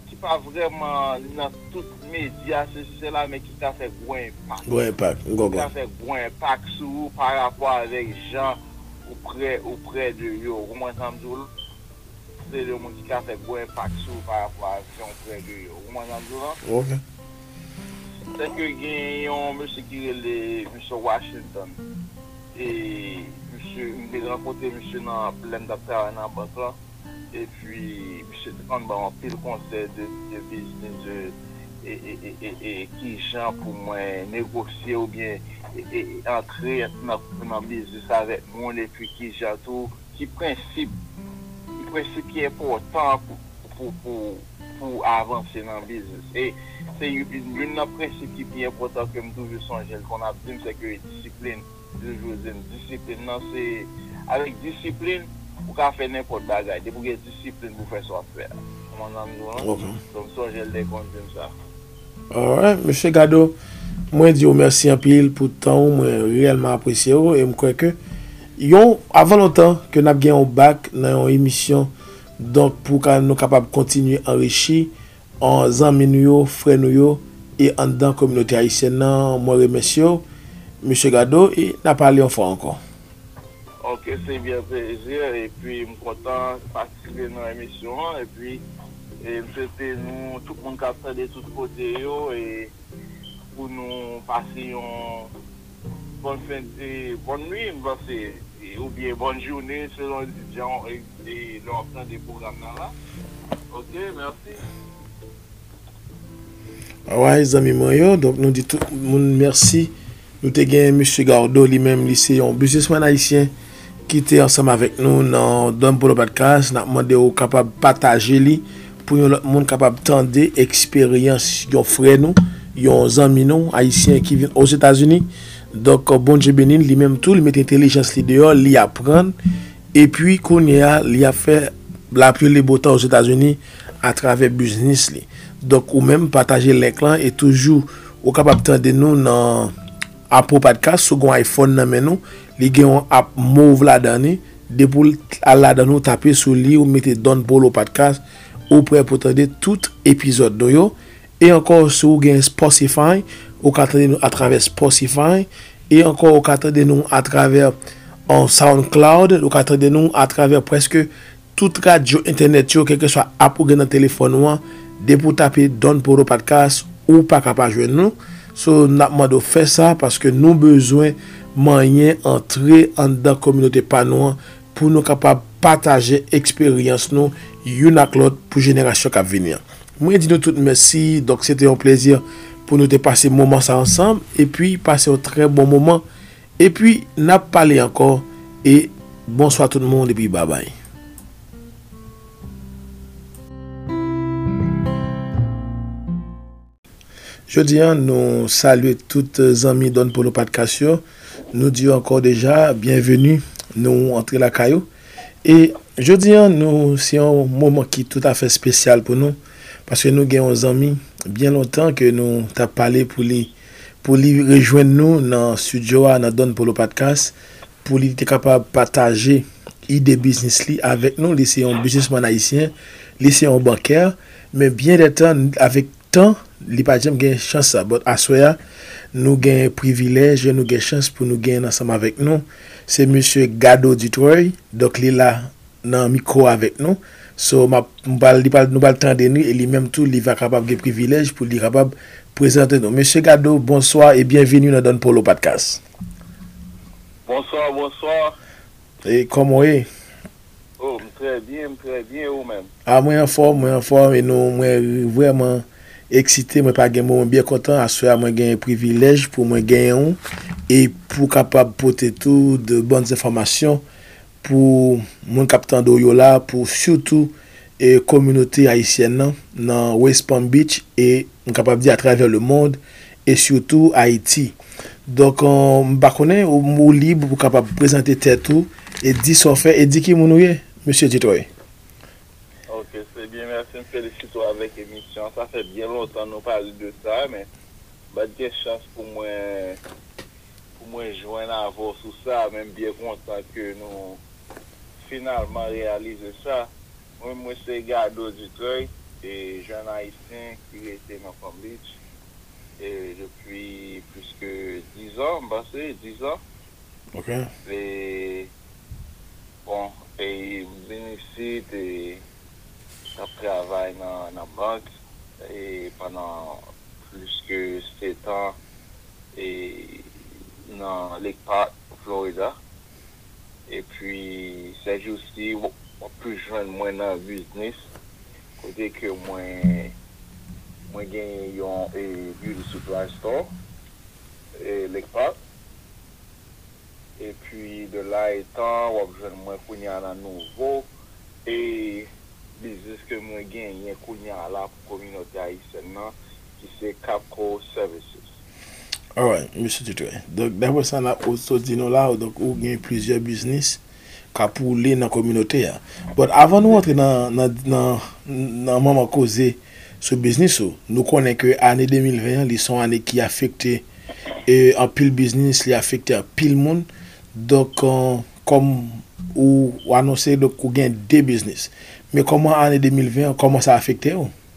[SPEAKER 2] dans tous les médias c'est là mais qui t'a fait gros impact.
[SPEAKER 1] Gros impact,
[SPEAKER 2] qui a fait gros impact sur par rapport avec gens auprès de yo comment ça me dit c'est le monde qui a fait gros impact sur par rapport à gens auprès de yo comment ça me dit
[SPEAKER 1] OK.
[SPEAKER 2] C'est que il y a un monsieur qui est monsieur Washington et monsieur me rencontré monsieur dans plein d'affaires dans banque là et puis monsieur quand bon pile conseil de business et qui gens pour moi négocier ou bien entrer dans business avec moi et puis qui gens tout qui principe qui est important pour avancer dans le business. Et c'est une principe qui est important que je toujours songe qu'on a dit, c'est que discipline, discipline, c'est avec discipline, vous pouvez faire n'importe quoi. Dès pour discipline, vous faites ça faire. Donc, songe les comme ça.
[SPEAKER 1] Ouais, monsieur Gado, moi dis merci un pile pour le temps, moi réellement apprécié et je crois que avant longtemps que nous avons gagné un bac dans une émission. Donc, pour que nous capables de continuer à enrichir en amis, frères et en dans la communauté haïtienne, moi remercie M. Gado et n'a parlé une fois encore.
[SPEAKER 2] Ok, c'est bien plaisir et puis je suis content de participer dans l'émission et puis je souhaite nous, tout le monde qui a fait de tous côtés et pour nous passer une bonne fin de bonne nuit, ou bien bonne journée selon les gens et l'ensemble des programmes là. Ok, merci.
[SPEAKER 1] Ouais, les amis moi, donc nous dit tout le monde merci. Nous avons gagné M. Gardo, lui-même, lycée, un businessman haïtien qui était ensemble avec nous dans le podcast. Nous avons demandé aux capables de partager lui pour que le monde capable d'entendre l'expérience de frères nous, de amis nous haïtiens qui viennent aux États-Unis. Donc, bon Dieu béni, lui-même tout, il met intelligence dehors, il apprend. Et puis, qu'on y a fait la pluie les beaux temps aux États-Unis à travers business. Donc, ou même partager l'écran et toujours, ou capable de nous dans Apple Podcast, sur un iPhone, nous, les gens ont move là-dedans, depuis là-dedans, nous taper sur lui, ou mettez Don Polo Podcast, ou prêt pour attendre tout épisode de yo. Et encore sur Spotify, ou attendez nous à travers Spotify, et encore ou attendez nous à travers SoundCloud, ou attendez nous à travers presque toute radio internet, quel que soit app ou dans le téléphone, de pour taper Don Polo Podcast ou pas capable de nous. So, nous avons fait ça parce que nous avons besoin de moyens entrer dans la communauté panois pour nous capables de partager l'expérience nous, une avec l'autre pour la génération qui va venir. Moi, je dis nous tout merci. Donc, c'était un plaisir pour nous de passer un moment ça ensemble et puis passer un très bon moment. Et puis, nous avons parlé encore. Et bonsoir tout le monde et puis bye bye. Je dis, nous saluons toutes les amis Don Polo Podcast. Nous disons encore déjà bienvenue, nous entrer la caillou. Et je dis, nous, c'est un moment qui est tout à fait spécial pour nous. Parce que nous avons des amis bien longtemps que nous avons parlé pour les rejoindre nous dans le studio, dans Don Polo Podcast, pour les être capable de partager idées business avec nous. C'est un businessman haïtien, c'est un bancaire, mais bien de temps, avec temps, li pa jam gen chance ça, but assoya nous gen privilège, nous gen chance pour nous gagner ensemble avec nous. C'est monsieur Gado Dutroy, donc il est là dans micro avec nous. So nous parle temps de nous et lui même tout il va capable de privilège pour lui capable présenter nous. Monsieur Gado, bonsoir et bienvenue dans Don Polo Podcast.
[SPEAKER 2] Bonsoir.
[SPEAKER 1] Et comment est?
[SPEAKER 2] Oh, très bien ou même.
[SPEAKER 1] Ah, moi en forme et nous moi vraiment excité, moi pas bien content à ce moi gain privilège pour moi gagner et pour capable porter tout de bonnes informations pour mon capitaine d'Oyola pour surtout et communauté haïtienne dans West Palm Beach et capable dire à travers le monde et surtout Haïti. Donc, m'pa connaît ou libre pour capable présenter tête tout et dire son fait et dire qui moun ouye, monsieur Titoy.
[SPEAKER 2] Ok, c'est bien, merci, me félicite avec l'émission. Ça fait bien longtemps nous parler de ça, mais bah, des chances pour moi joindre à vous sur ça, même bien content que nous finalement réaliser ça. Moi c'est Gardo Dutreuil et jeune haïtien qui était dans Palm Beach et depuis plus que 10 ans, bah c'est 10 ans.
[SPEAKER 1] OK.
[SPEAKER 2] Et bon, et bénéficie et je travaille dans la banque et pendant plus que 7 ans et dans Lake Park, Florida. Et puis, c'est juste aussi, on peut joindre moi dans le business. Côté que moi gagne un beauty supply store et Lake Park. Et puis, de là étant, on joindre moi qu'on y a un nouveau et business que moi gagne qu'on y a là pour la communauté haïtienne qui c'est Capco Services.
[SPEAKER 1] Alright, monsieur Titoy. Donc, d'après ça, on a aussi dit nous là, donc, où il y a plusieurs business qui pour les dans la communauté. Mais avant de rentrer dans moment causer ce business, nous connaissons que l'année 2020, ils sont année qui affecté et en pile business, qui affecté un pile monde. Donc, comme ou annoncé, donc, il y a deux business. Mais comment l'année 2020, comment ça a affecté?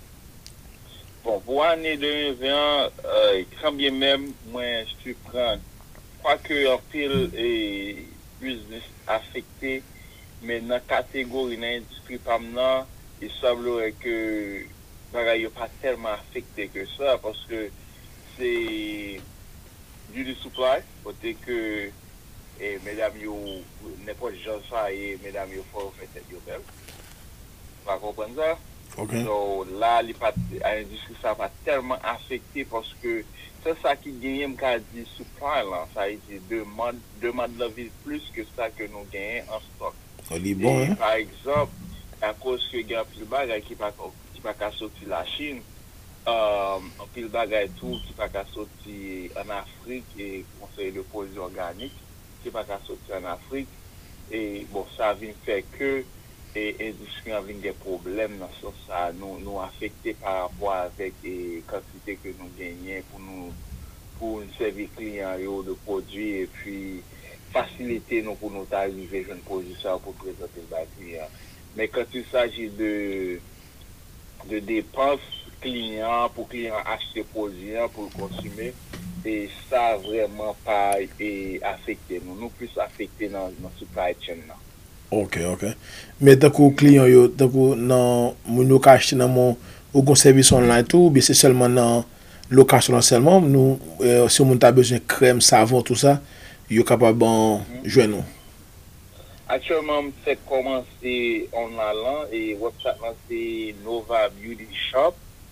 [SPEAKER 2] Bon, pour l'année 2020, quand bien même, moi, je suis prendre, crois que en pile business affecté, mais dans la catégorie, dans l'industrie permanente, il semblerait que il n'est pas tellement affecté que ça, parce que c'est du supply, côté que, mesdames, n'importe gens ça, et mesdames, il faut faire cette belle. Vous comprenez ça?
[SPEAKER 1] Okay.
[SPEAKER 2] So, là, l'industrie ça va tellement affecté parce que c'est ça qui gagne quand dit supply là, ça veut dire demande la vie plus que ça que nous gagnons en stock.
[SPEAKER 1] Bon,
[SPEAKER 2] et,
[SPEAKER 1] hein?
[SPEAKER 2] par exemple, à cause que il y a plus de bagages qui pas sortir la Chine, en pile bagages tout qui pas sortir en Afrique et conseil de produits organiques qui pas sortir en Afrique et bon ça vient faire que et l'industrie a des problèmes dans ce sens ça nous affecté par rapport avec les quantités que nous gagnons pour nous servir clients de produits et puis faciliter nous pour nous arriver à une position pour présenter le client. Mais quand il s'agit de dépenses clients pour clients acheter produits pour consommer et ça vraiment pas affecté nous plus affecté dans supply chain là.
[SPEAKER 1] Ok. Mais tant que client yo, tant que non moun ka acheter dans mon ou service online tout, bien c'est seulement dans location seulement nous si on a besoin de crème, savon tout ça, yo capable joindre nous.
[SPEAKER 2] Actuellement, c'est commencé online et website là c'est Nova Beauty Shop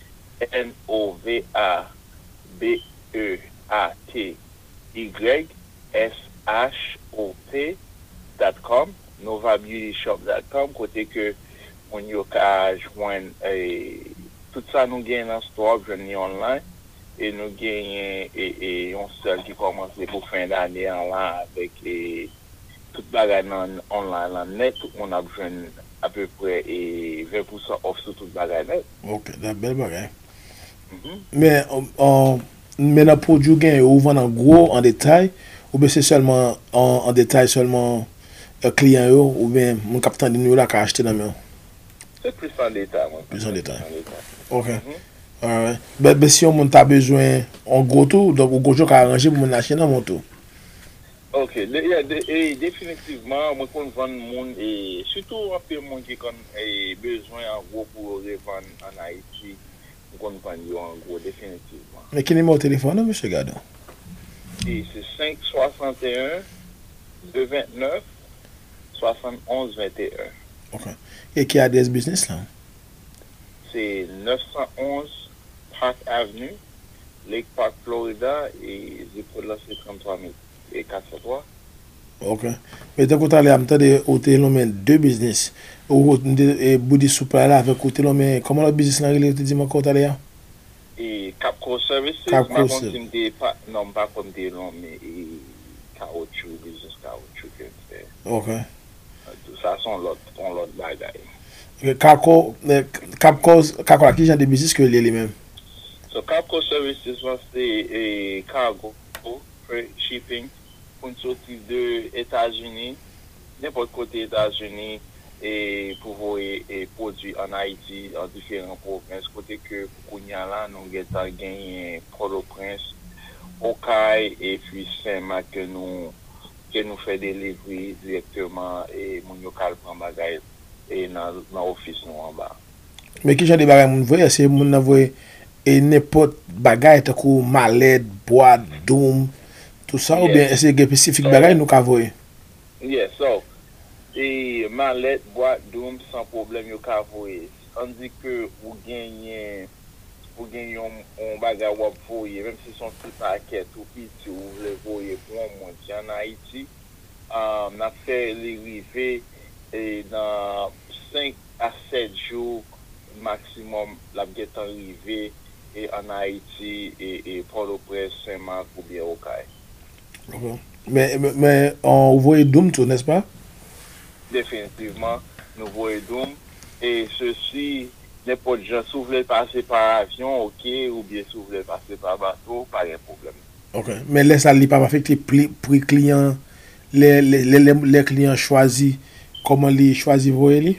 [SPEAKER 2] NOVABEAUTYSHOP.com NovaBeautyShop.com côté que on y a joindre tout ça nous gagne dans store journée online et nous gagne et on seul qui commence pour fin d'année en là avec tout bagage online en net on a besoin à peu près 20% off sur tout bagage net.
[SPEAKER 1] OK, c'est belle bagage. Mais maintenant produit gain ou vend en gros en détail ou bien c'est seulement en détail seulement client yo ou bien mon capitaine de nous là qui a acheté dans moi.
[SPEAKER 2] C'est plus en détail.
[SPEAKER 1] Plus en détail. OK. Alright. Ben si on a besoin en gros tout donc au gros qui arranger pour mon acheter dans mon tout.
[SPEAKER 2] OK, définitivement moi qu'on vend monde et surtout un peu monde qui a besoin en gros pour revendre en Haïti, qu'on vend en gros définitivement.
[SPEAKER 1] Mais quel numéro de téléphone monsieur Gardon?
[SPEAKER 2] Et c'est 561 229 71 21.
[SPEAKER 1] OK. Et qui adresse business là?
[SPEAKER 2] C'est 911 Park Avenue, Lake Park, Florida et zip code là c'est 33 403.
[SPEAKER 1] OK. Mais tant qu'on allait à hôtel on deux business. Ou beauty supply là avec hôtel on comment le business là il te dit moi quand allait?
[SPEAKER 2] Et Capco Services,
[SPEAKER 1] Capco
[SPEAKER 2] ma
[SPEAKER 1] Services.
[SPEAKER 2] continuité, pas, non, pas comme des noms, mais caoutchouc, business caoutchouc, que c'est.
[SPEAKER 1] Ok.
[SPEAKER 2] Tout ça, son l'autre bagaille.
[SPEAKER 1] Capco, Capco la ki jan de bizis ke li men?
[SPEAKER 2] So, Capco Services, c'est cargo, freight shipping, pour une sortie de États-Unis, n'importe côté États-Unis, et pour voyer et produits en Haïti, dans différentes provinces. Côté que, pour qu'on y a là, nous avons gagné Port-au-Prince, Okaï et puis Saint-Marc que nous fait des livres directement et mon local prend bagage et dans l'office nous en bas.
[SPEAKER 1] Men ki jan de bagay moun voye? Se moun nan voye e nepot bagay takou maled, boad, doum, tout ça, ou bien
[SPEAKER 2] Yes.
[SPEAKER 1] ese gen spesifik bagay nou ka voye?
[SPEAKER 2] Yes, so, et mallette, boîte, doum, sans problème, yo ka voye. On dit que ou gagne on bagage wap voye, même si son petit paquet ou petit ou vle voye pour un mois en Haïti, on a fait les rivets et dans 5 à 7 jours maximum la get arrivé et en Haïti et Port-au-Prince, Saint-Marc ou bien Okaï.
[SPEAKER 1] Ok. Men on voye doum tou, n'est-ce pas?
[SPEAKER 2] Définitivement, nous voyons et ceci, n'importe gens, si vous voulez passer par avion, ok, ou bien si vous voulez passer par bateau, pas de problème.
[SPEAKER 1] Ok. Men lè sa li pa afekte pri kliyan, les clients choisi, comment li choisi voye li?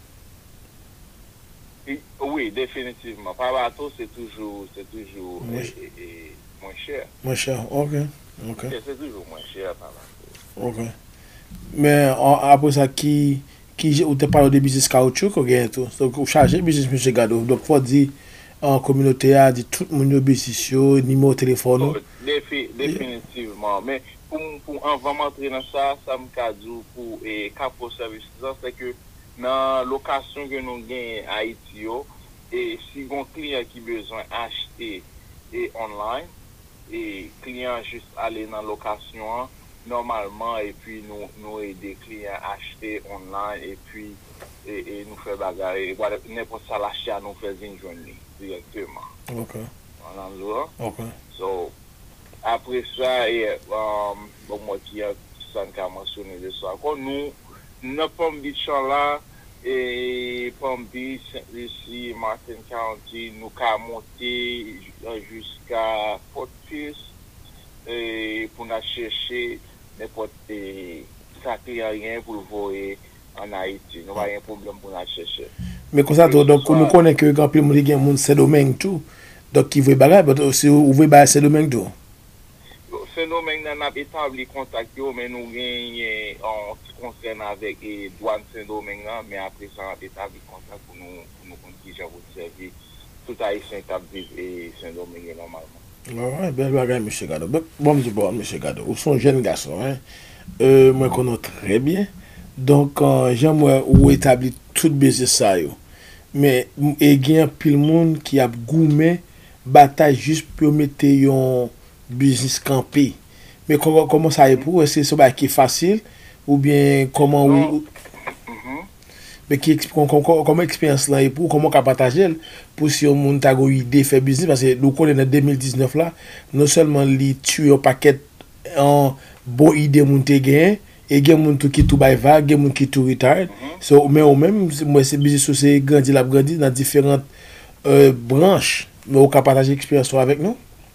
[SPEAKER 2] Oui, définitivement. Par bateau, c'est toujours
[SPEAKER 1] Oui.
[SPEAKER 2] moins cher.
[SPEAKER 1] Moins cher, ok. Ok.
[SPEAKER 2] C'est toujours moins cher par bateau.
[SPEAKER 1] Ok. Men apre sa ki ou te palo de bizis kaoutchouk ou gen tou? So, ou chaje bizis M. Gado. Dok fò di an kominote a, di tout moun yo bizis yo, nimo telefon nou.
[SPEAKER 2] Définitivement. Mais pour avant rentrer dans ça, ça me cadeau pour Capco Services, c'est que dans la location que nous gagnons à Haïti, et si un client qui a besoin d'acheter online, et client juste aller dans la location, normalement, et puis nous aider clients à acheter online, et puis et nous faire bagarre, n'importe ça l'achat, nous faire une journée directement.
[SPEAKER 1] Ok. Ok.
[SPEAKER 2] So, après ça, bon, moi qui a mentionné de ça, nous, Palm Beach là, et Palm Beach, ici, Martin County, nous avons monté jusqu'à Fort Pierce, pour nous chercher n'importe ça qui a rien pour le voir en Haïti. Nous n'avons pas un problème pour nous chercher.
[SPEAKER 1] Men kon sa tou, donc nou konen ke yon pil moun li gen moun Saint-Domingue tou, donc ki vwe bagay, but si ou vwe bagay Saint-Domingue tou.
[SPEAKER 2] Saint-Domingue nan ap établi contact yo, mais nous gagnons en ce qui concerne avec douane Saint-Domingue là, mais après ça on a établi contact pour nous qui j'ai vous servir tout haïtien qui vivent Saint-Domingue normalement.
[SPEAKER 1] Ouais, bel bagay M. Gado. Bon, M. Gado, ou son jen gason, hein. Mwen konon très bien. Donc, jan mwen ou établi tout bizis sa yo. Men, gen pil moun ki ap goumen batay juste pou mette yon bizis kampe. Men, koman sa e pou? Est-ce se ba ki fasil? Ou bien, koman ou... Men, koman eksperyans lan e pou? Koman ka patajel? Pou si yon moun ta go ide fe bizis? Parce nou konen nan 2019 la, non seulement li tue yon paket an bon ide moun te gen, et gen moun tou ki tou bay va, gen moun ki tou retired. So, men ou men, mwen se bizis sou se grandi dans différentes branches. Mais ou ka partager expérience avec nous?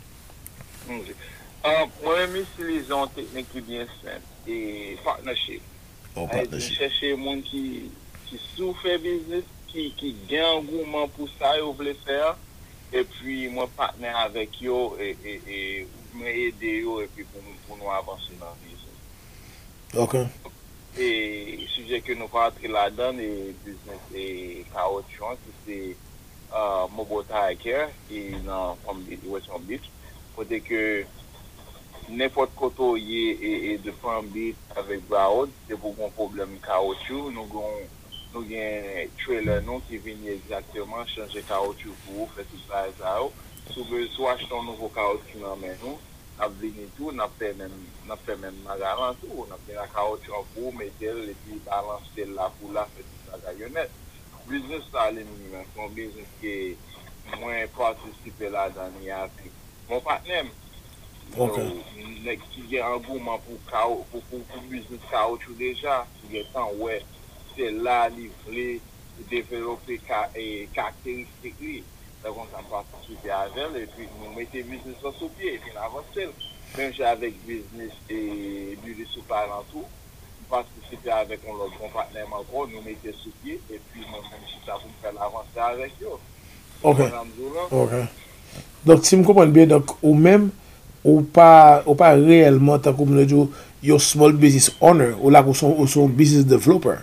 [SPEAKER 2] Moi-même, j'utilise une technique qui est bien simple, et partnership.
[SPEAKER 1] Partnership.
[SPEAKER 2] Chercher des gens qui souffrent business, qui gagnent engouement pour ça, ils veulent faire, et puis moi, partenaire avec eux, et m'aider eux, et puis pour nous avancer dans le business.
[SPEAKER 1] Ok.
[SPEAKER 2] Et sujet que nous pas entrer là-dedans, et business et caoutchouc, c'est Mobile Tire Care, et dans West Palm Beach, côté que n'importe côté et de Palm Beach avec Broward, c'est pour un problème caoutchouc, nous avons un trailer nous qui vient exactement changer caoutchouc pour vous, faire tout ça et ça. Si vous voulez soit acheter un nouveau caoutchouc dans nous, n'a venu tout, n'a fait même magasin tout, n'a fait la caoutchouc pour mettre et puis balancer là pour là, faire tout ça gaillonnette. Business ça les minimum, c'est un business qui moi participer là-dedans avec mon partenaire.
[SPEAKER 1] Ok.
[SPEAKER 2] Qui a un engouement pour business caoutchouc déjà, qui est temps, ouais, c'est là, livrer, développer caractéristiques. Donc, on s'en participer avec elle, et puis nous mettons business sur pied, et puis on avance. Même si avec business et du supply en tout, participer avec notre partenaire encore, nous mettons sur pied, et puis nous même si ça pour faire l'avancer avec eux.
[SPEAKER 1] Ok.
[SPEAKER 2] Madame Zola.
[SPEAKER 1] Ok. Donc, si je comprends bien, donc, ou même, ou pas réellement, tant comme le dit, your small business owner, ou là, ou son business developer.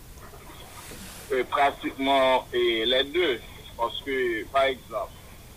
[SPEAKER 2] Pratiquement les deux. Parce que, par exemple,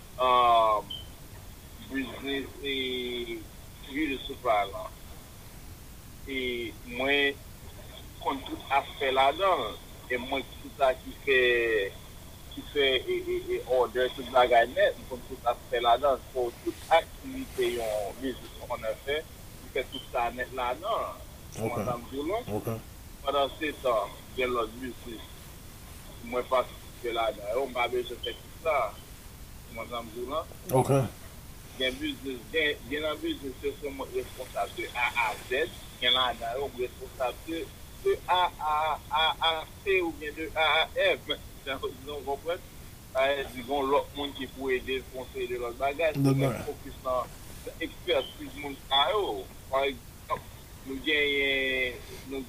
[SPEAKER 2] business et de supply là. Et moi, comme tout aspect là-dedans, et moi, tout ça qui fait order toute la net, comme tout aspect là-dedans, pour toute activité en business qu'on a fait, qui fait tout ça net là-dedans.
[SPEAKER 1] Ok.
[SPEAKER 2] Madame Joulon,
[SPEAKER 1] Ok.
[SPEAKER 2] pendant ce temps, il y a l'autre business. Moi, participer là-dedans. On va besoin de faire tout ça. Madame Joulon.
[SPEAKER 1] Ok.
[SPEAKER 2] Gen un business, c'est seulement responsable de A à Z. Gen là, on est responsable de A à C ou bien de A à F. Vous comprenez? Disons, l'autre monde qui peut aider le conseil de l'autre bagage, c'est même focus dans l'expertise monde à eux. Par exemple, nous gagnons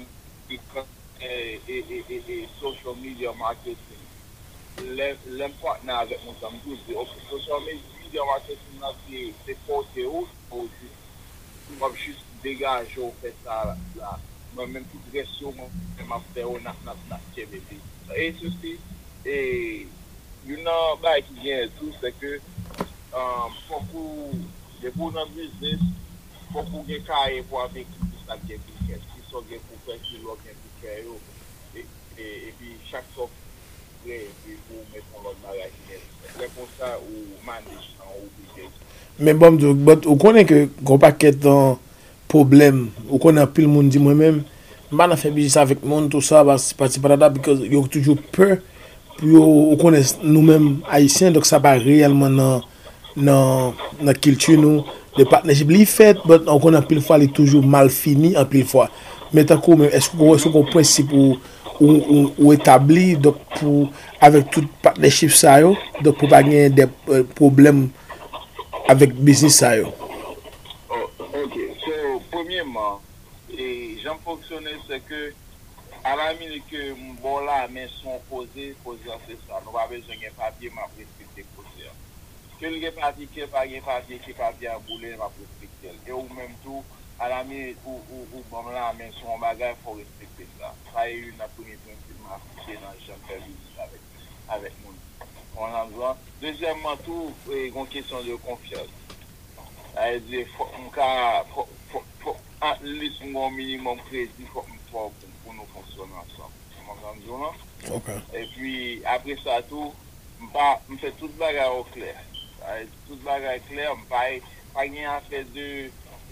[SPEAKER 2] et social media marketing. Les partenaires avec mon samedi, c'est ok, social media marketing, c'est porté où, on va juste dégager, on fait ça là. Moi-même, tout reste sur moi, je m'en fais, on a et ceci, et you know, bah, qui vient tout, c'est que, beaucoup, de pour notre business, beaucoup de carrières pour avec qui ça vient business, qui sont bien pour faire, qui l'ont bien pour faire, et puis chaque fois, et puis pour mettre l'autre bagage, c'est pour ça ou manage ou budget.
[SPEAKER 1] Mais bon, vous connaissez que gros paquet de problèmes, vous connaissez plus le monde dit moi-même, je fais business avec le monde, tout ça, parce que parce que y a toujours peur, puis vous connaissez nous-mêmes haïtiens, donc ça va réellement dans la culture, nous, le partnership, il fait, mais on connaît pile fois, il est toujours mal fini, en pile fois. Mais est-ce que vous avez un principe ou établi, donc pour, avec tout partnership, ça, donc pour pas gagner des problèmes avec business ça yo.
[SPEAKER 2] Oh, ok. So, premièrement, et j'en fonctionner, c'est que, à la minute que bon là, mais sont posés, c'est ça. Nous avons besoin d'un papier, m'a respecté posé. Que le papier, qui papier à bouler, m'a respecté. Et ou même tout, à la minute où bon là, mais son bagage, il faut respecter ça. Ça est une première principe m'a appliqué dans le champ de business avec mon. On a besoin. Deuxièmement, tout, une question de confiance. Il faut at least un minimum crédit pour nous fonctionner ensemble.
[SPEAKER 1] Okay.
[SPEAKER 2] Et puis, après ça, tout, je fais toute bagarre au clair. Toute bagarre clair, je ne pas rien faire de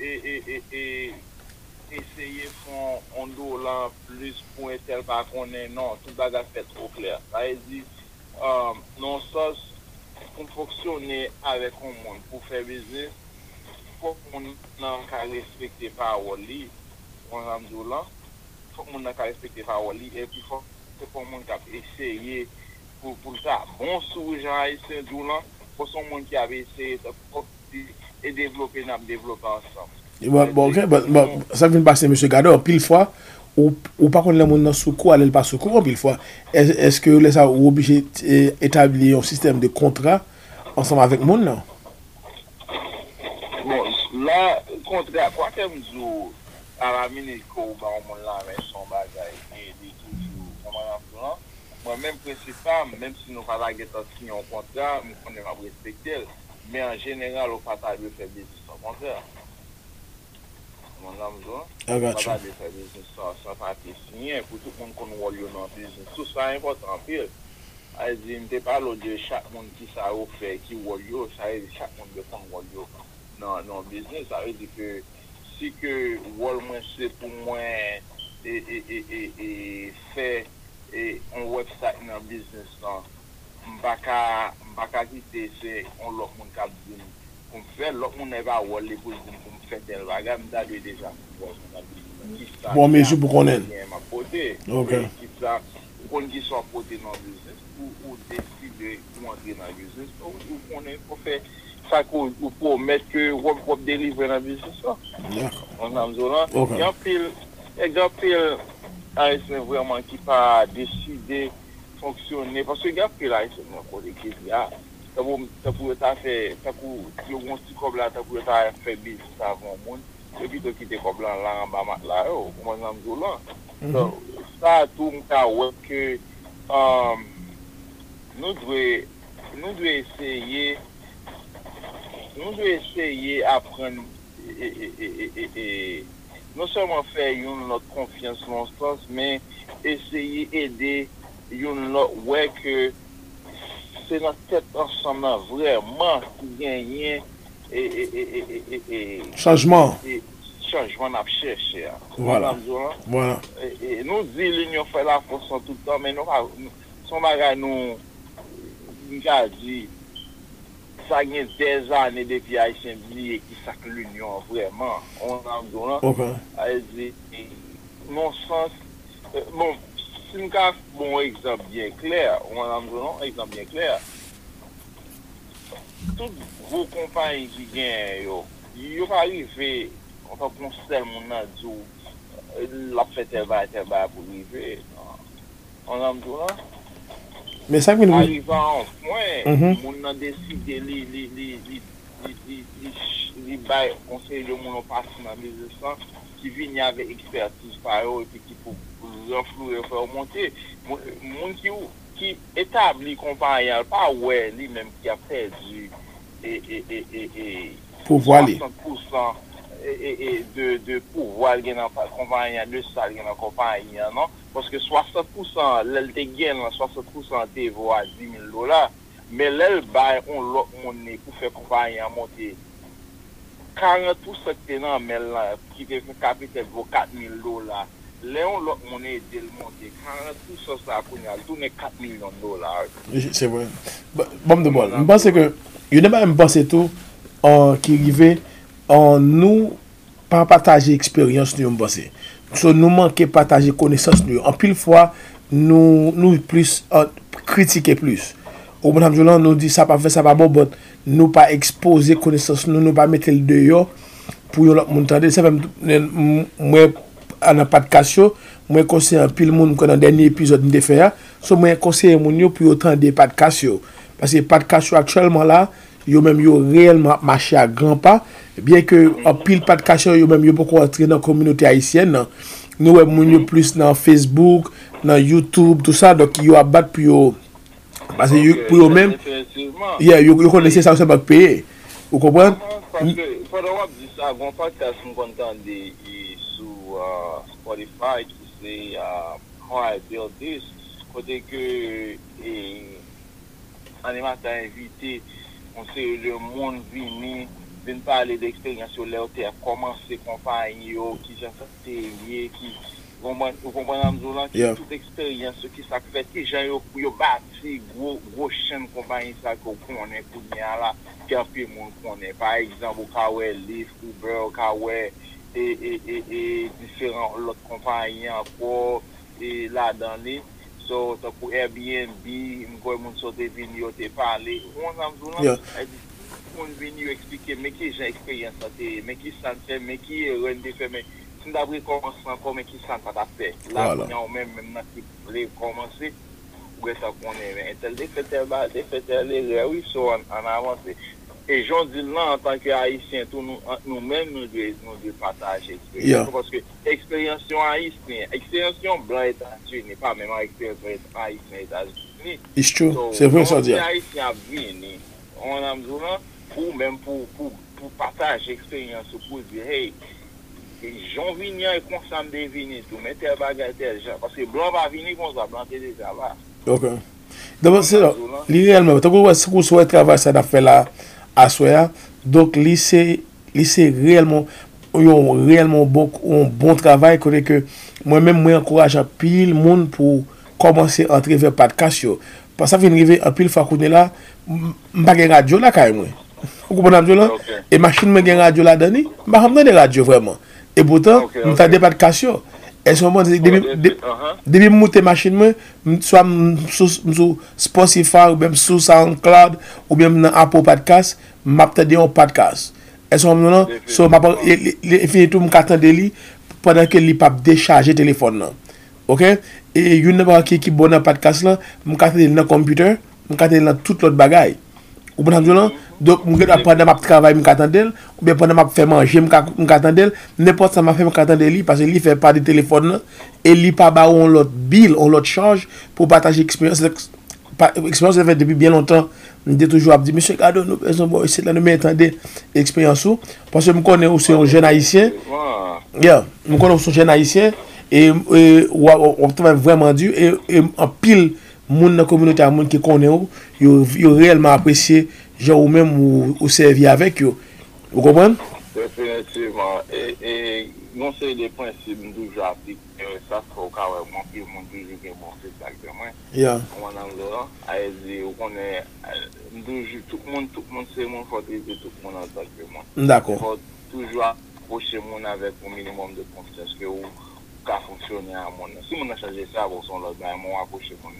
[SPEAKER 2] essayer de faire un dollar plus pour un tel par qu'on est. Non, toute bagarre fait au clair. Ça veut dire, non, ça, pour fonctionner avec un monde, pour faire business, faut qu'on ait respecté parole li, on a dit là, faut qu'on ait respecté parole li, et puis faut qu'on ait essayé pour ça. Bon sous Jean haïtien là, pour son monde qui avait essayé et développer ensemble.
[SPEAKER 1] Bon, ok, ça vient de passer, monsieur Gado, pile fois, ou pas qu'on le monde dans secours, elle pas secours, pile fois. Est-ce que les ça ou obligé d'établir un système de contrat ensemble avec le monde là?
[SPEAKER 2] Bon, là, contraire, quoi que nous à la minute qu'on va au monde là avec son bagage et dit toujours, comment moi-même principal, même si nous pas la signer un contrat, nous connaissons respecter, mais en général, on pas de faire business sans contrat. Mon
[SPEAKER 1] I got
[SPEAKER 2] pas
[SPEAKER 1] you.
[SPEAKER 2] de faire business sans papier signé pour tout le monde qu'on voit dans le business. Tout ça est important. Je ne pas de chaque monde qui ça fait, qui voit, ça veut dire chaque monde de temps voit dans le business. Ça veut dire que si que Walmart c'est pour moi et faire un website dans le business, m'baka quitter c'est on l'autre monde qui dit pour faire l'autre monde va aller pour me faire tel bagage m'ta déjà
[SPEAKER 1] bon mesure pour connaître
[SPEAKER 2] ma côté
[SPEAKER 1] OK
[SPEAKER 2] qui ça qu'on qui soit porté dans le business ou décider pour entrer dans le business ou qu'on est pour faire ça pour mettre que on délivrer dans le business ça
[SPEAKER 1] d'accord
[SPEAKER 2] on a besoin il y a exemple c'est vraiment qui pas décider fonctionner parce que gars que là c'est mon côté qui là ça pour faire ça pour le bon petit comme là ça pour faire business avant monde et puis qui était comme là en bas là on a besoin donc ça tout cas ouais que nous devons essayer apprendre et non seulement faire notre confiance dans ce sens, mais essayer d'aider ouais que c'est notre tête ensemble vraiment qui gagne
[SPEAKER 1] changement
[SPEAKER 2] à chercher.
[SPEAKER 1] Voilà.
[SPEAKER 2] Et nous disons l'union fait la force tout le temps, mais nous son bagage nous dit ça y est des années depuis Haïtien qui sac l'union vraiment on a besoin non sens bon si nous avons bon exemple bien clair on a besoin un exemple bien clair toutes vos compagnies qui gagnent yo pas arriver on va conseiller mon ado la fête elle va pour arriver on a besoin
[SPEAKER 1] mais ça que nous
[SPEAKER 2] arrivant au point on a décidé les bail conseil de mon passe dans business qui vient avec expertise par eux et puis qui pour renflouer faire monter mon qui établit compagnie pas ouais lui même qui a perdu et
[SPEAKER 1] pouvoir
[SPEAKER 2] 60% et de pouvoir gagner dans compagnie de ça dans compagnie non parce que 60% l'elle te gagne 60% te vaut à $10,000 mais l'elle bail on l'autre monnaie pour faire compagnie à monter 40% que dans mais là qui fait capital vaut $4,000 Léon l'autre monnaie de monter 40% ça a tourné $4 millions.
[SPEAKER 1] C'est vrai bon de bon je pense que il ne pas même penser tout qui arrivait en nous pas partager expérience nous penser so nous manquer partager connaissance nous en pile fois nous plus critiquer plus au bon temps nous dit ça pas fait ça pas bon nous pas exposer connaissance nous pas mettre le dehors pour l'autre monde entendre c'est même moi en podcast moi conseiller en pile monde dans dernier épisode de faire so moi conseiller mon yo pour autant des podcasts parce que podcast actuellement là yo même yo réellement marché à grands pas bien que en pile podcast yo même yo beaucoup entrer dans la communauté haïtienne nous mon plus dans Facebook dans YouTube tout ça donc yo abattre pour yo parce que pour eux même yo connaissez ça c'est pas payer vous comprenez
[SPEAKER 2] parce que pendant on dit ça on podcast nous entendre sur Spotify qui c'est How I Build This côté que animateur invité on sait le monde vini vient parler d'expérience sur leur terre commencer compagnie qui j'ai fait qui vous comprenez qui toute expérience qui ça fait que j'ai yo bâti gros chaîne compagnie ça qu'on connaît pour là qui a fait monde connaît par exemple au Kawe Lyft Uber au Kawe et différents autres compagnies encore et là dans les so pour Airbnb m'koy moun sorti vini yo te parler on a besoin on vient expliquer mais qui j'ai expérience mais qui ça fait mais qui rende fait mais si d'après commencer encore mais qui ça pas fait là on même qui voulait commencer pour ça qu'on est tel fait les oui so en avance et j'en dis là en tant qu'haïtien tout nous même nous devons partager expérience parce que expérience haïtien expérience blanc États-Unis pas même expérience haïtien États-Unis
[SPEAKER 1] it's true c'est vrai ça dire
[SPEAKER 2] haïtien vini on a besoin ou même pour partager expérience pour dire hey j'en viens et consomme de venir tout mettre bagage parce que blanc va venir comme ça blanc déjà là
[SPEAKER 1] OK donc c'est là réellement tu vois ce que souhaite travail ça d'affaire là à soya donc lycée réellement bon travail que moi même moi encourage pile monde pour commencer à entrer vers podcast Parce que ça vient arriver un pile fois qu'on est là, m'pas gen radio là quand même. Vous comprenez là? Et machine me gen radio là dedans, m'pas ramener des radios vraiment. Et pourtant, m'ta des podcasts yo. Et ce moment depuis monter machine moi, soit sur Spotify ou même sur SoundCloud ou bien dans Apple Podcast, m'a tande un podcast. Et ce moment là, so m'a fini tout m'attendre li pendant que li pas décharger téléphone là. OK? Et une n'a qui bon dans podcast là, m'attendre dans computer, m'attendre dans toute l'autre bagaille. Ou bien donc pendant m'a travail m'attendre ou bien pendant m'a faire manger m'attendre n'importe ça m'a fait m'attendre li parce que li fait pas de téléphone là et li pas ba on l'autre bill, on l'autre charge pour partager expérience ça fait depuis bien longtemps. Je toujours dit monsieur Gado nous besoin c'est là nous m'entendez expérience parce que me connais aussi un jeune haïtien. Me connais aussi un jeune haïtien et on travaille vraiment dur et en pile moun dans communauté à moun qui connaît yo réellement apprécié genre ou même ou servi avec yo. Vous comprenez?
[SPEAKER 2] Définitivement. Et non c'est des principes toujours appliqués ça faut quand même manquer mon toujours que bon c'est ça que moi. On en là aider on connaît tout le monde c'est mon faut aider tout le monde en tant que moi.
[SPEAKER 1] D'accord.
[SPEAKER 2] Faut toujours approcher mon avec un minimum de confiance que ka fonctionner à mon. Si mon a changé ça bon son l'autre mon approcher mon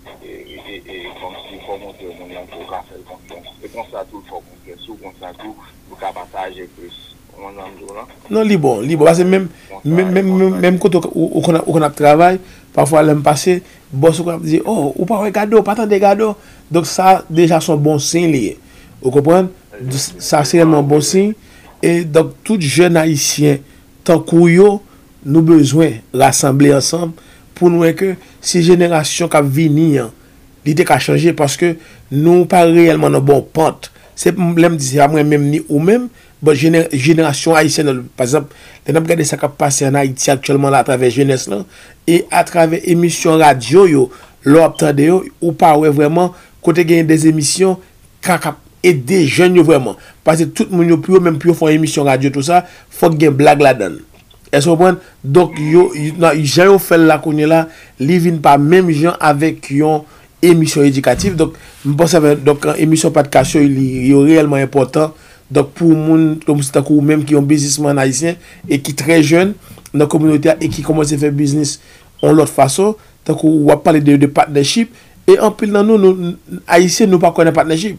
[SPEAKER 2] et comme si faut monter mon pour faire confiance. Et comme ça tout faut confiance ou comme ça tout pour partager plus.
[SPEAKER 1] Non, libre parce que même quand on a travail parfois l'aime passer boss on dit oh ou pas regarder pas attendre regarder donc ça déjà son bon signe lié vous comprenez ça c'est vraiment bon signe et donc tout jeune haïtien tant qu'on nous besoin rassembler ensemble pour nous que ces générations qui venir l'idée qu'a changé parce que nous pas réellement dans bon pente c'est problème c'est moi même ni ou même bon génération haïtienne par exemple on a regardé ça qui passe en Haïti actuellement là à travers jeunesse là et à travers émission radio yo l'obtendé yo ou pas ouais vraiment côté gagne des émissions qui aider jeunes yo vraiment parce que tout le monde yo même plus font émission radio tout ça faut gagne blague là-dedans. Est-ce que vous comprenez? Donc yo j'ai fait la connait là li vinn pas même gens avec yon émission éducative donc je pense donc émission podcast yo réellement important. Donc pour moun comme c'est ou même qui ont businessman haïtien et qui très jeune dans la communauté et qui commence à faire business en l'autre façon tant qu'on va parler de partnership et en plus dans nous haïtiens nous pas connaît partnership.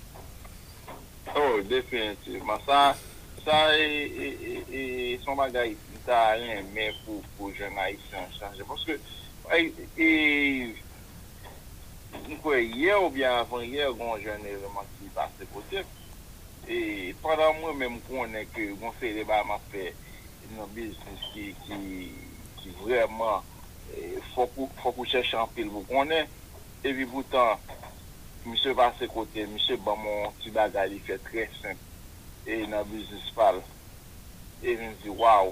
[SPEAKER 2] Oh définitivement ça et son bagage ça rien mais pour jeunes haïtiens changer parce que hier ou bien avant hier un jeune événement qui passe côté. Et pendant moi-même qu'on est que mon fait les bas m'a fait un business qui vraiment faut pour chercher en pile vous connaît et puis pourtant monsieur va se côté monsieur bon mon petit bagage il fait très simple et dans business parle et je me dis waouh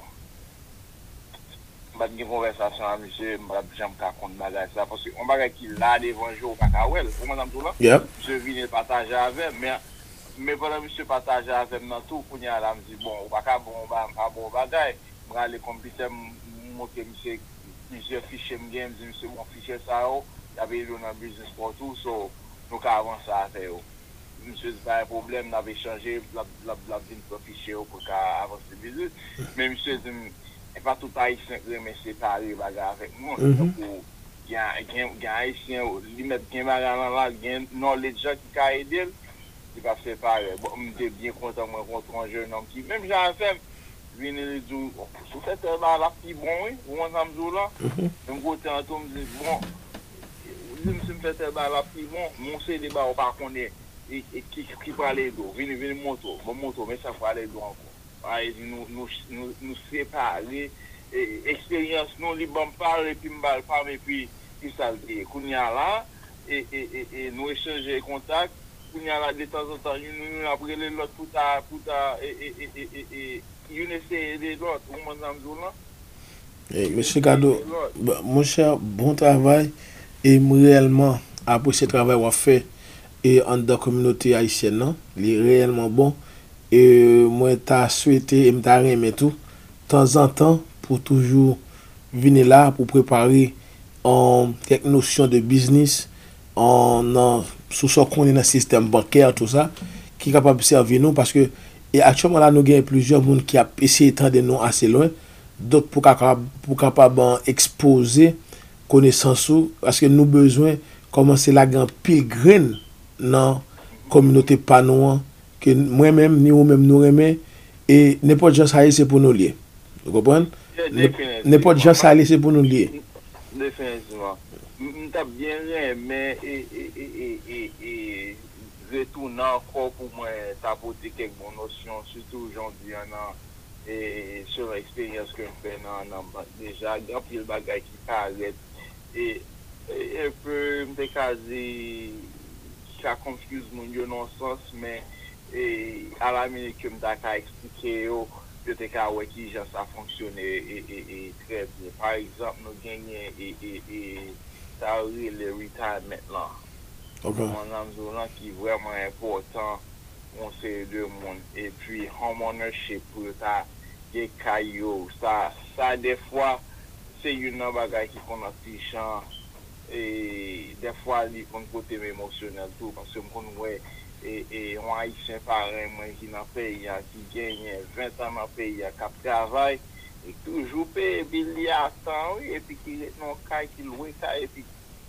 [SPEAKER 2] m'a une conversation avec monsieur m'a jamais raconter bagage ça parce que on bagage qui là devant jour pas kawel vous madame tout là je viens partager avec mais pendant monsieur partage avec moi tout qu'on y a là me dit bon pas bon bagaille moi aller computer monter monsieur plusieurs fichiers me dit monsieur mon fichier ça il y avait dans business pour tout so nous avancer avec monsieur pas un problème n'avait changé la fichier pour avancer business mais monsieur dit pas tout haïtien mais c'est parler bagarre avec moi donc il y a haïtien lui mettre gain bagarre là gain knowledge qui a aider qui va faire pareil. Bon, je suis bien content de rencontrer un jeune homme qui, même j'ai fait, vient le dire, vous faites la petite bon, oui, vous m'entendez là, je me côté en tout, me dit, bon, je me fais la petite bon, mon c'est des bas, on pas connaît, et qui va aller d'eau, venez moto, mais ça va aller d'eau encore. Nous séparer, expérience, nous, les bons parler, et puis me parler, et puis, ça le dit, qu'on y a là, et nous échanger contact, il y a là de temps en temps nous après l'autre pour il essaie de l'autre ou madame là
[SPEAKER 1] monsieur Gado mon cher bon travail et réellement après ce travail qu'on fait et en dans communauté haïtienne non il est réellement bon et moi t'a souhaité et t'a aimé tout de temps en temps pour toujours venir là pour préparer en quelques notions de business sous ce qu'on est dans le système bancaire, tout ça, qui est capable de servir nous parce que et actuellement là nous avons plusieurs monde qui a essayé de nous assez loin donc pour capable exposer connaissance parce que nous besoin commencer la grand pile graine dans communauté pas nous que moi-même ni ou même nous remet et n'importe gens ça c'est pour nous lier. Vous comprenez? N'importe gens ça c'est pour nous lier.
[SPEAKER 2] Définitivement. M't'a bien aimé et retourner encore pour moi t'apporter quelques bonnes notions, surtout aujourd'hui et sur l'expérience que je fais déjà, il y a plein de bagages qui paraissent et un peu m'décaser qui a confuse mon Dieu dans le sens, mais à la minute que m'daka expliquer je te ka wè ki jan ça fonctionne et très bien. Par exemple, nous gagnons et ça le retirement là.
[SPEAKER 1] Okay.
[SPEAKER 2] Mon amzoulan qui est vraiment important, on sait de monde. Et puis, home ownership pour ta des cailloux, ça des fois, c'est une bagaille qui qu'on a petit champ et des fois, il faut côté émotionnel tout parce que on ouais et on haïtien pareil moi qui dans pays qui gagne 20 ans dans pays qui travaille et toujours paye bill à temps et puis qui non caille qui loue caille et puis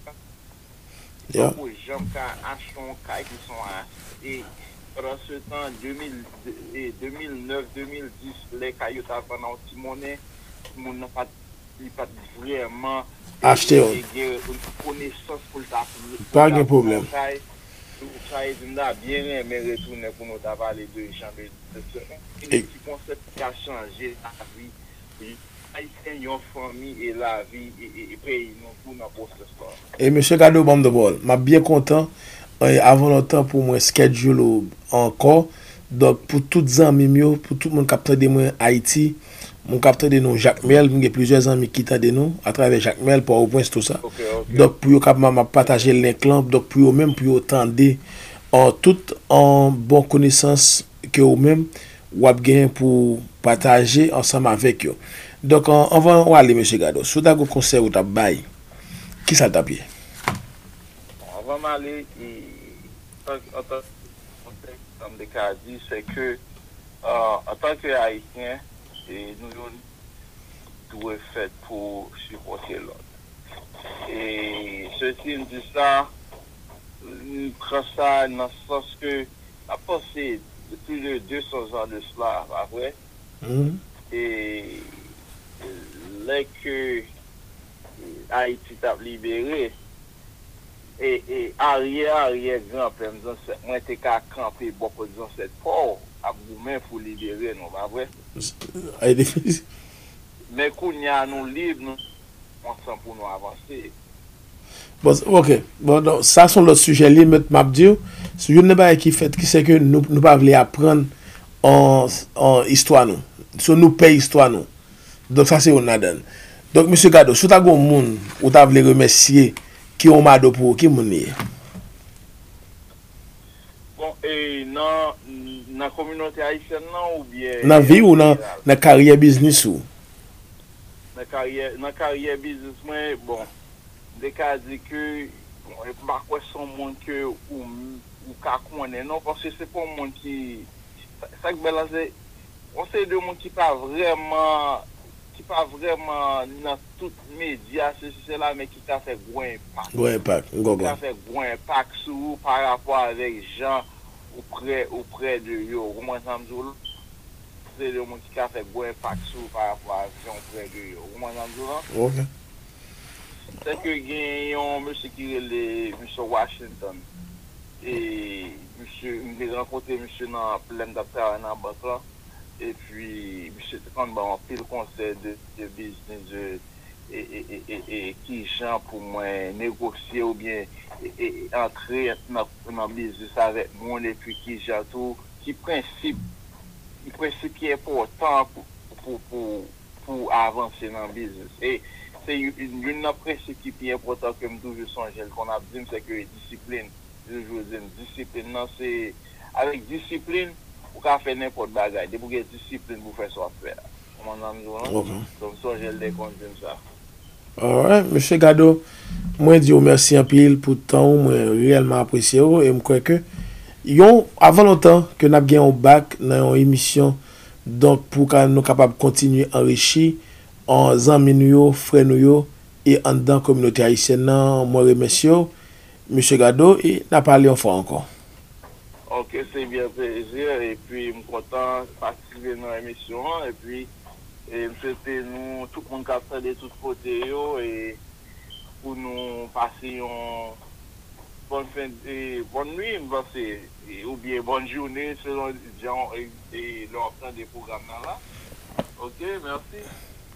[SPEAKER 2] pour gens qui achètent un caille qui sont et pendant ce temps 2009 2010 les cailloux t'avaient en petit monnaie mon n'a pas vraiment
[SPEAKER 1] acheter
[SPEAKER 2] une connaissance pour ça
[SPEAKER 1] pas de problème.
[SPEAKER 2] Ça est bien aimé retourner pour nous parler de changer de ce concept qui a changé la vie haïtien une famille et la vie et pays nous pour notre sport.
[SPEAKER 1] Et monsieur Gado Bam de Bol, m'a bien content avant longtemps pour moi schedule encore donc pour toutes amis mieux pour tout le monde capteur de moi Haïti mon capteur de nous Jacques Mel, il y a plusieurs amis qui t'ont de nous à travers Jacques Mel pour au point tout ça.
[SPEAKER 2] Okay.
[SPEAKER 1] Donc pour capable partager le lien donc pour même pour tendre en toute en bonne connaissance que vous même ou gagner pour partager ensemble avec eux. Donc on va aller monsieur Gado, sous ta conseil ou ta bail. Qui ça t'a bien?
[SPEAKER 2] On va m'aller en tant que dit c'est que en tant que haïtien et nous devons faire pour supporter l'autre. Et ceci me dit ça, nous prenons ça dans le sens que la passé plus de 200 ans de cela, après. Et là que Haïti t'a libéré, et arrière grand-père, moi j'étais qu'à camper beaucoup dans cette port, à vous-même pour libérer, non, pas vrai? Mais quand nous libres, nous ensemble pour nous avancer.
[SPEAKER 1] Bon, ok. Bon, donc, ça sont l'autre sujet limite m'a dit. C'est une bagaille qui fait qui c'est que nous pas voulons apprendre en histoire nous. So nous paye histoire nous. Donc ça c'est on a donné. Donc monsieur Gado, si tu as un monde ou tu voulez remercier qui ont mado pour qui moun lié.
[SPEAKER 2] Bon, et dans la communauté haïtienne ou bien
[SPEAKER 1] dans vie ou dans carrière business ou
[SPEAKER 2] dans carrière business moi bon des cas dit que pas quoi son monde que ou ka connaît non parce que c'est pas un monde qui ça que là c'est on sait de monde qui pas vraiment dans tout médias c'est là mais qui t'a fait gros impact qui a fait gros impact sur par rapport avec gens auprès de yo comment ça me dit c'est le monde qui a fait gros impact sur par rapport à gens auprès de yo comment ça me dit c'est que il y a un monsieur qui est monsieur Washington et monsieur me rencontré monsieur dans plein d'affaires dans banque et puis monsieur quand on fait le conseil de business et qui gens pour moi négocier ou bien entrer dans business avec moi et puis qui gens tout qui principe qui est important pour avancer dans le business et c'est une principe qui est important que je toujours songe qu'on a dit c'est que discipline je veux dire discipline non c'est avec discipline vous pouvez faire n'importe bagaille de pour discipline pour faire ça faire comment on dit donc songe les comme ça.
[SPEAKER 1] Alright, monsieur Gado, moi dis merci en pile pour temps, moi réellement apprécié et me crois que avant longtemps que n'a gagné un bac dans une émission donc pour que nous capable continuer enrichir en amis nous frères nous et en dans communauté haïtienne moi remercie monsieur Gado et n'a parlé une fois encore.
[SPEAKER 2] Ok, c'est bien plaisir et puis je suis content de participer dans l'émission et puis je souhaite nous tout le monde capte de tous côtés et pour nous passer une bonne fin de bonne nuit ou bien bonne journée selon les gens et leur temps des programmes là. Ok, merci.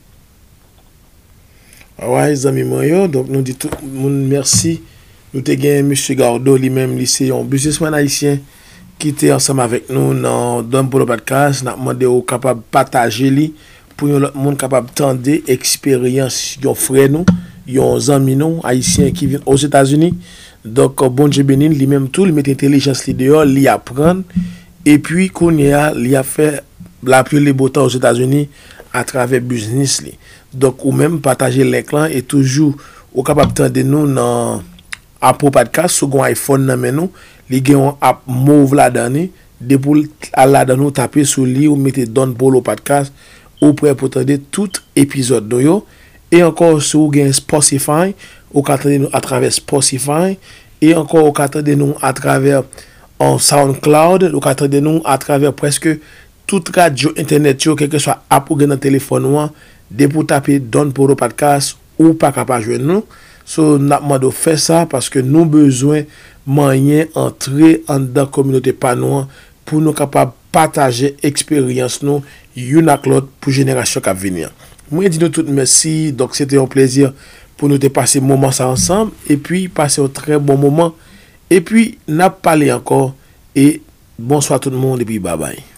[SPEAKER 1] Ouais, les amis moi donc nous dit tout le monde merci. Nous te gagné monsieur Gardo lui-même lycée un businessman haïtien qui était ensemble avec nous dans le podcast, n'a demandé au capable partager li pour le monde capable tendre expérience yon frère nous, yon amis nous haïtiens qui viennent aux États-Unis. Donc bon Dieu béni lui-même tout, il met intelligence li dehors, li apprendre et puis qu'on y a fait la plus les beaux temps aux États-Unis à travers business li. Donc ou même partager l'écran et toujours au capable tendre nous dans Apple Podcast second iPhone nan men nou li gen un app mauve la dani de pou la dan nou taper sur li ou mettez Don Polo Podcast ou prêt pour tendre tout épisode do yo et encore sur gen Spotify ou ka tendre nous à travers Spotify et encore ou ka tendre nous à travers en SoundCloud ou ka tendre nous à travers presque toute radio internet yo quel que soit app ou gen dans téléphone ou de pour taper Don Polo Podcast ou pas capable joindre nous. So, n'a demandé faire ça parce que nous besoin moyen entrer en dans communauté panois pour nous capable partager expérience nous une avec l'autre pour génération qui venir. Moi dis nous tout merci. Donc c'était un plaisir pour nous de passer moment ça ensemble et puis passer un très bon moment et puis n'a parlé encore et bonsoir tout le monde et puis bye bye.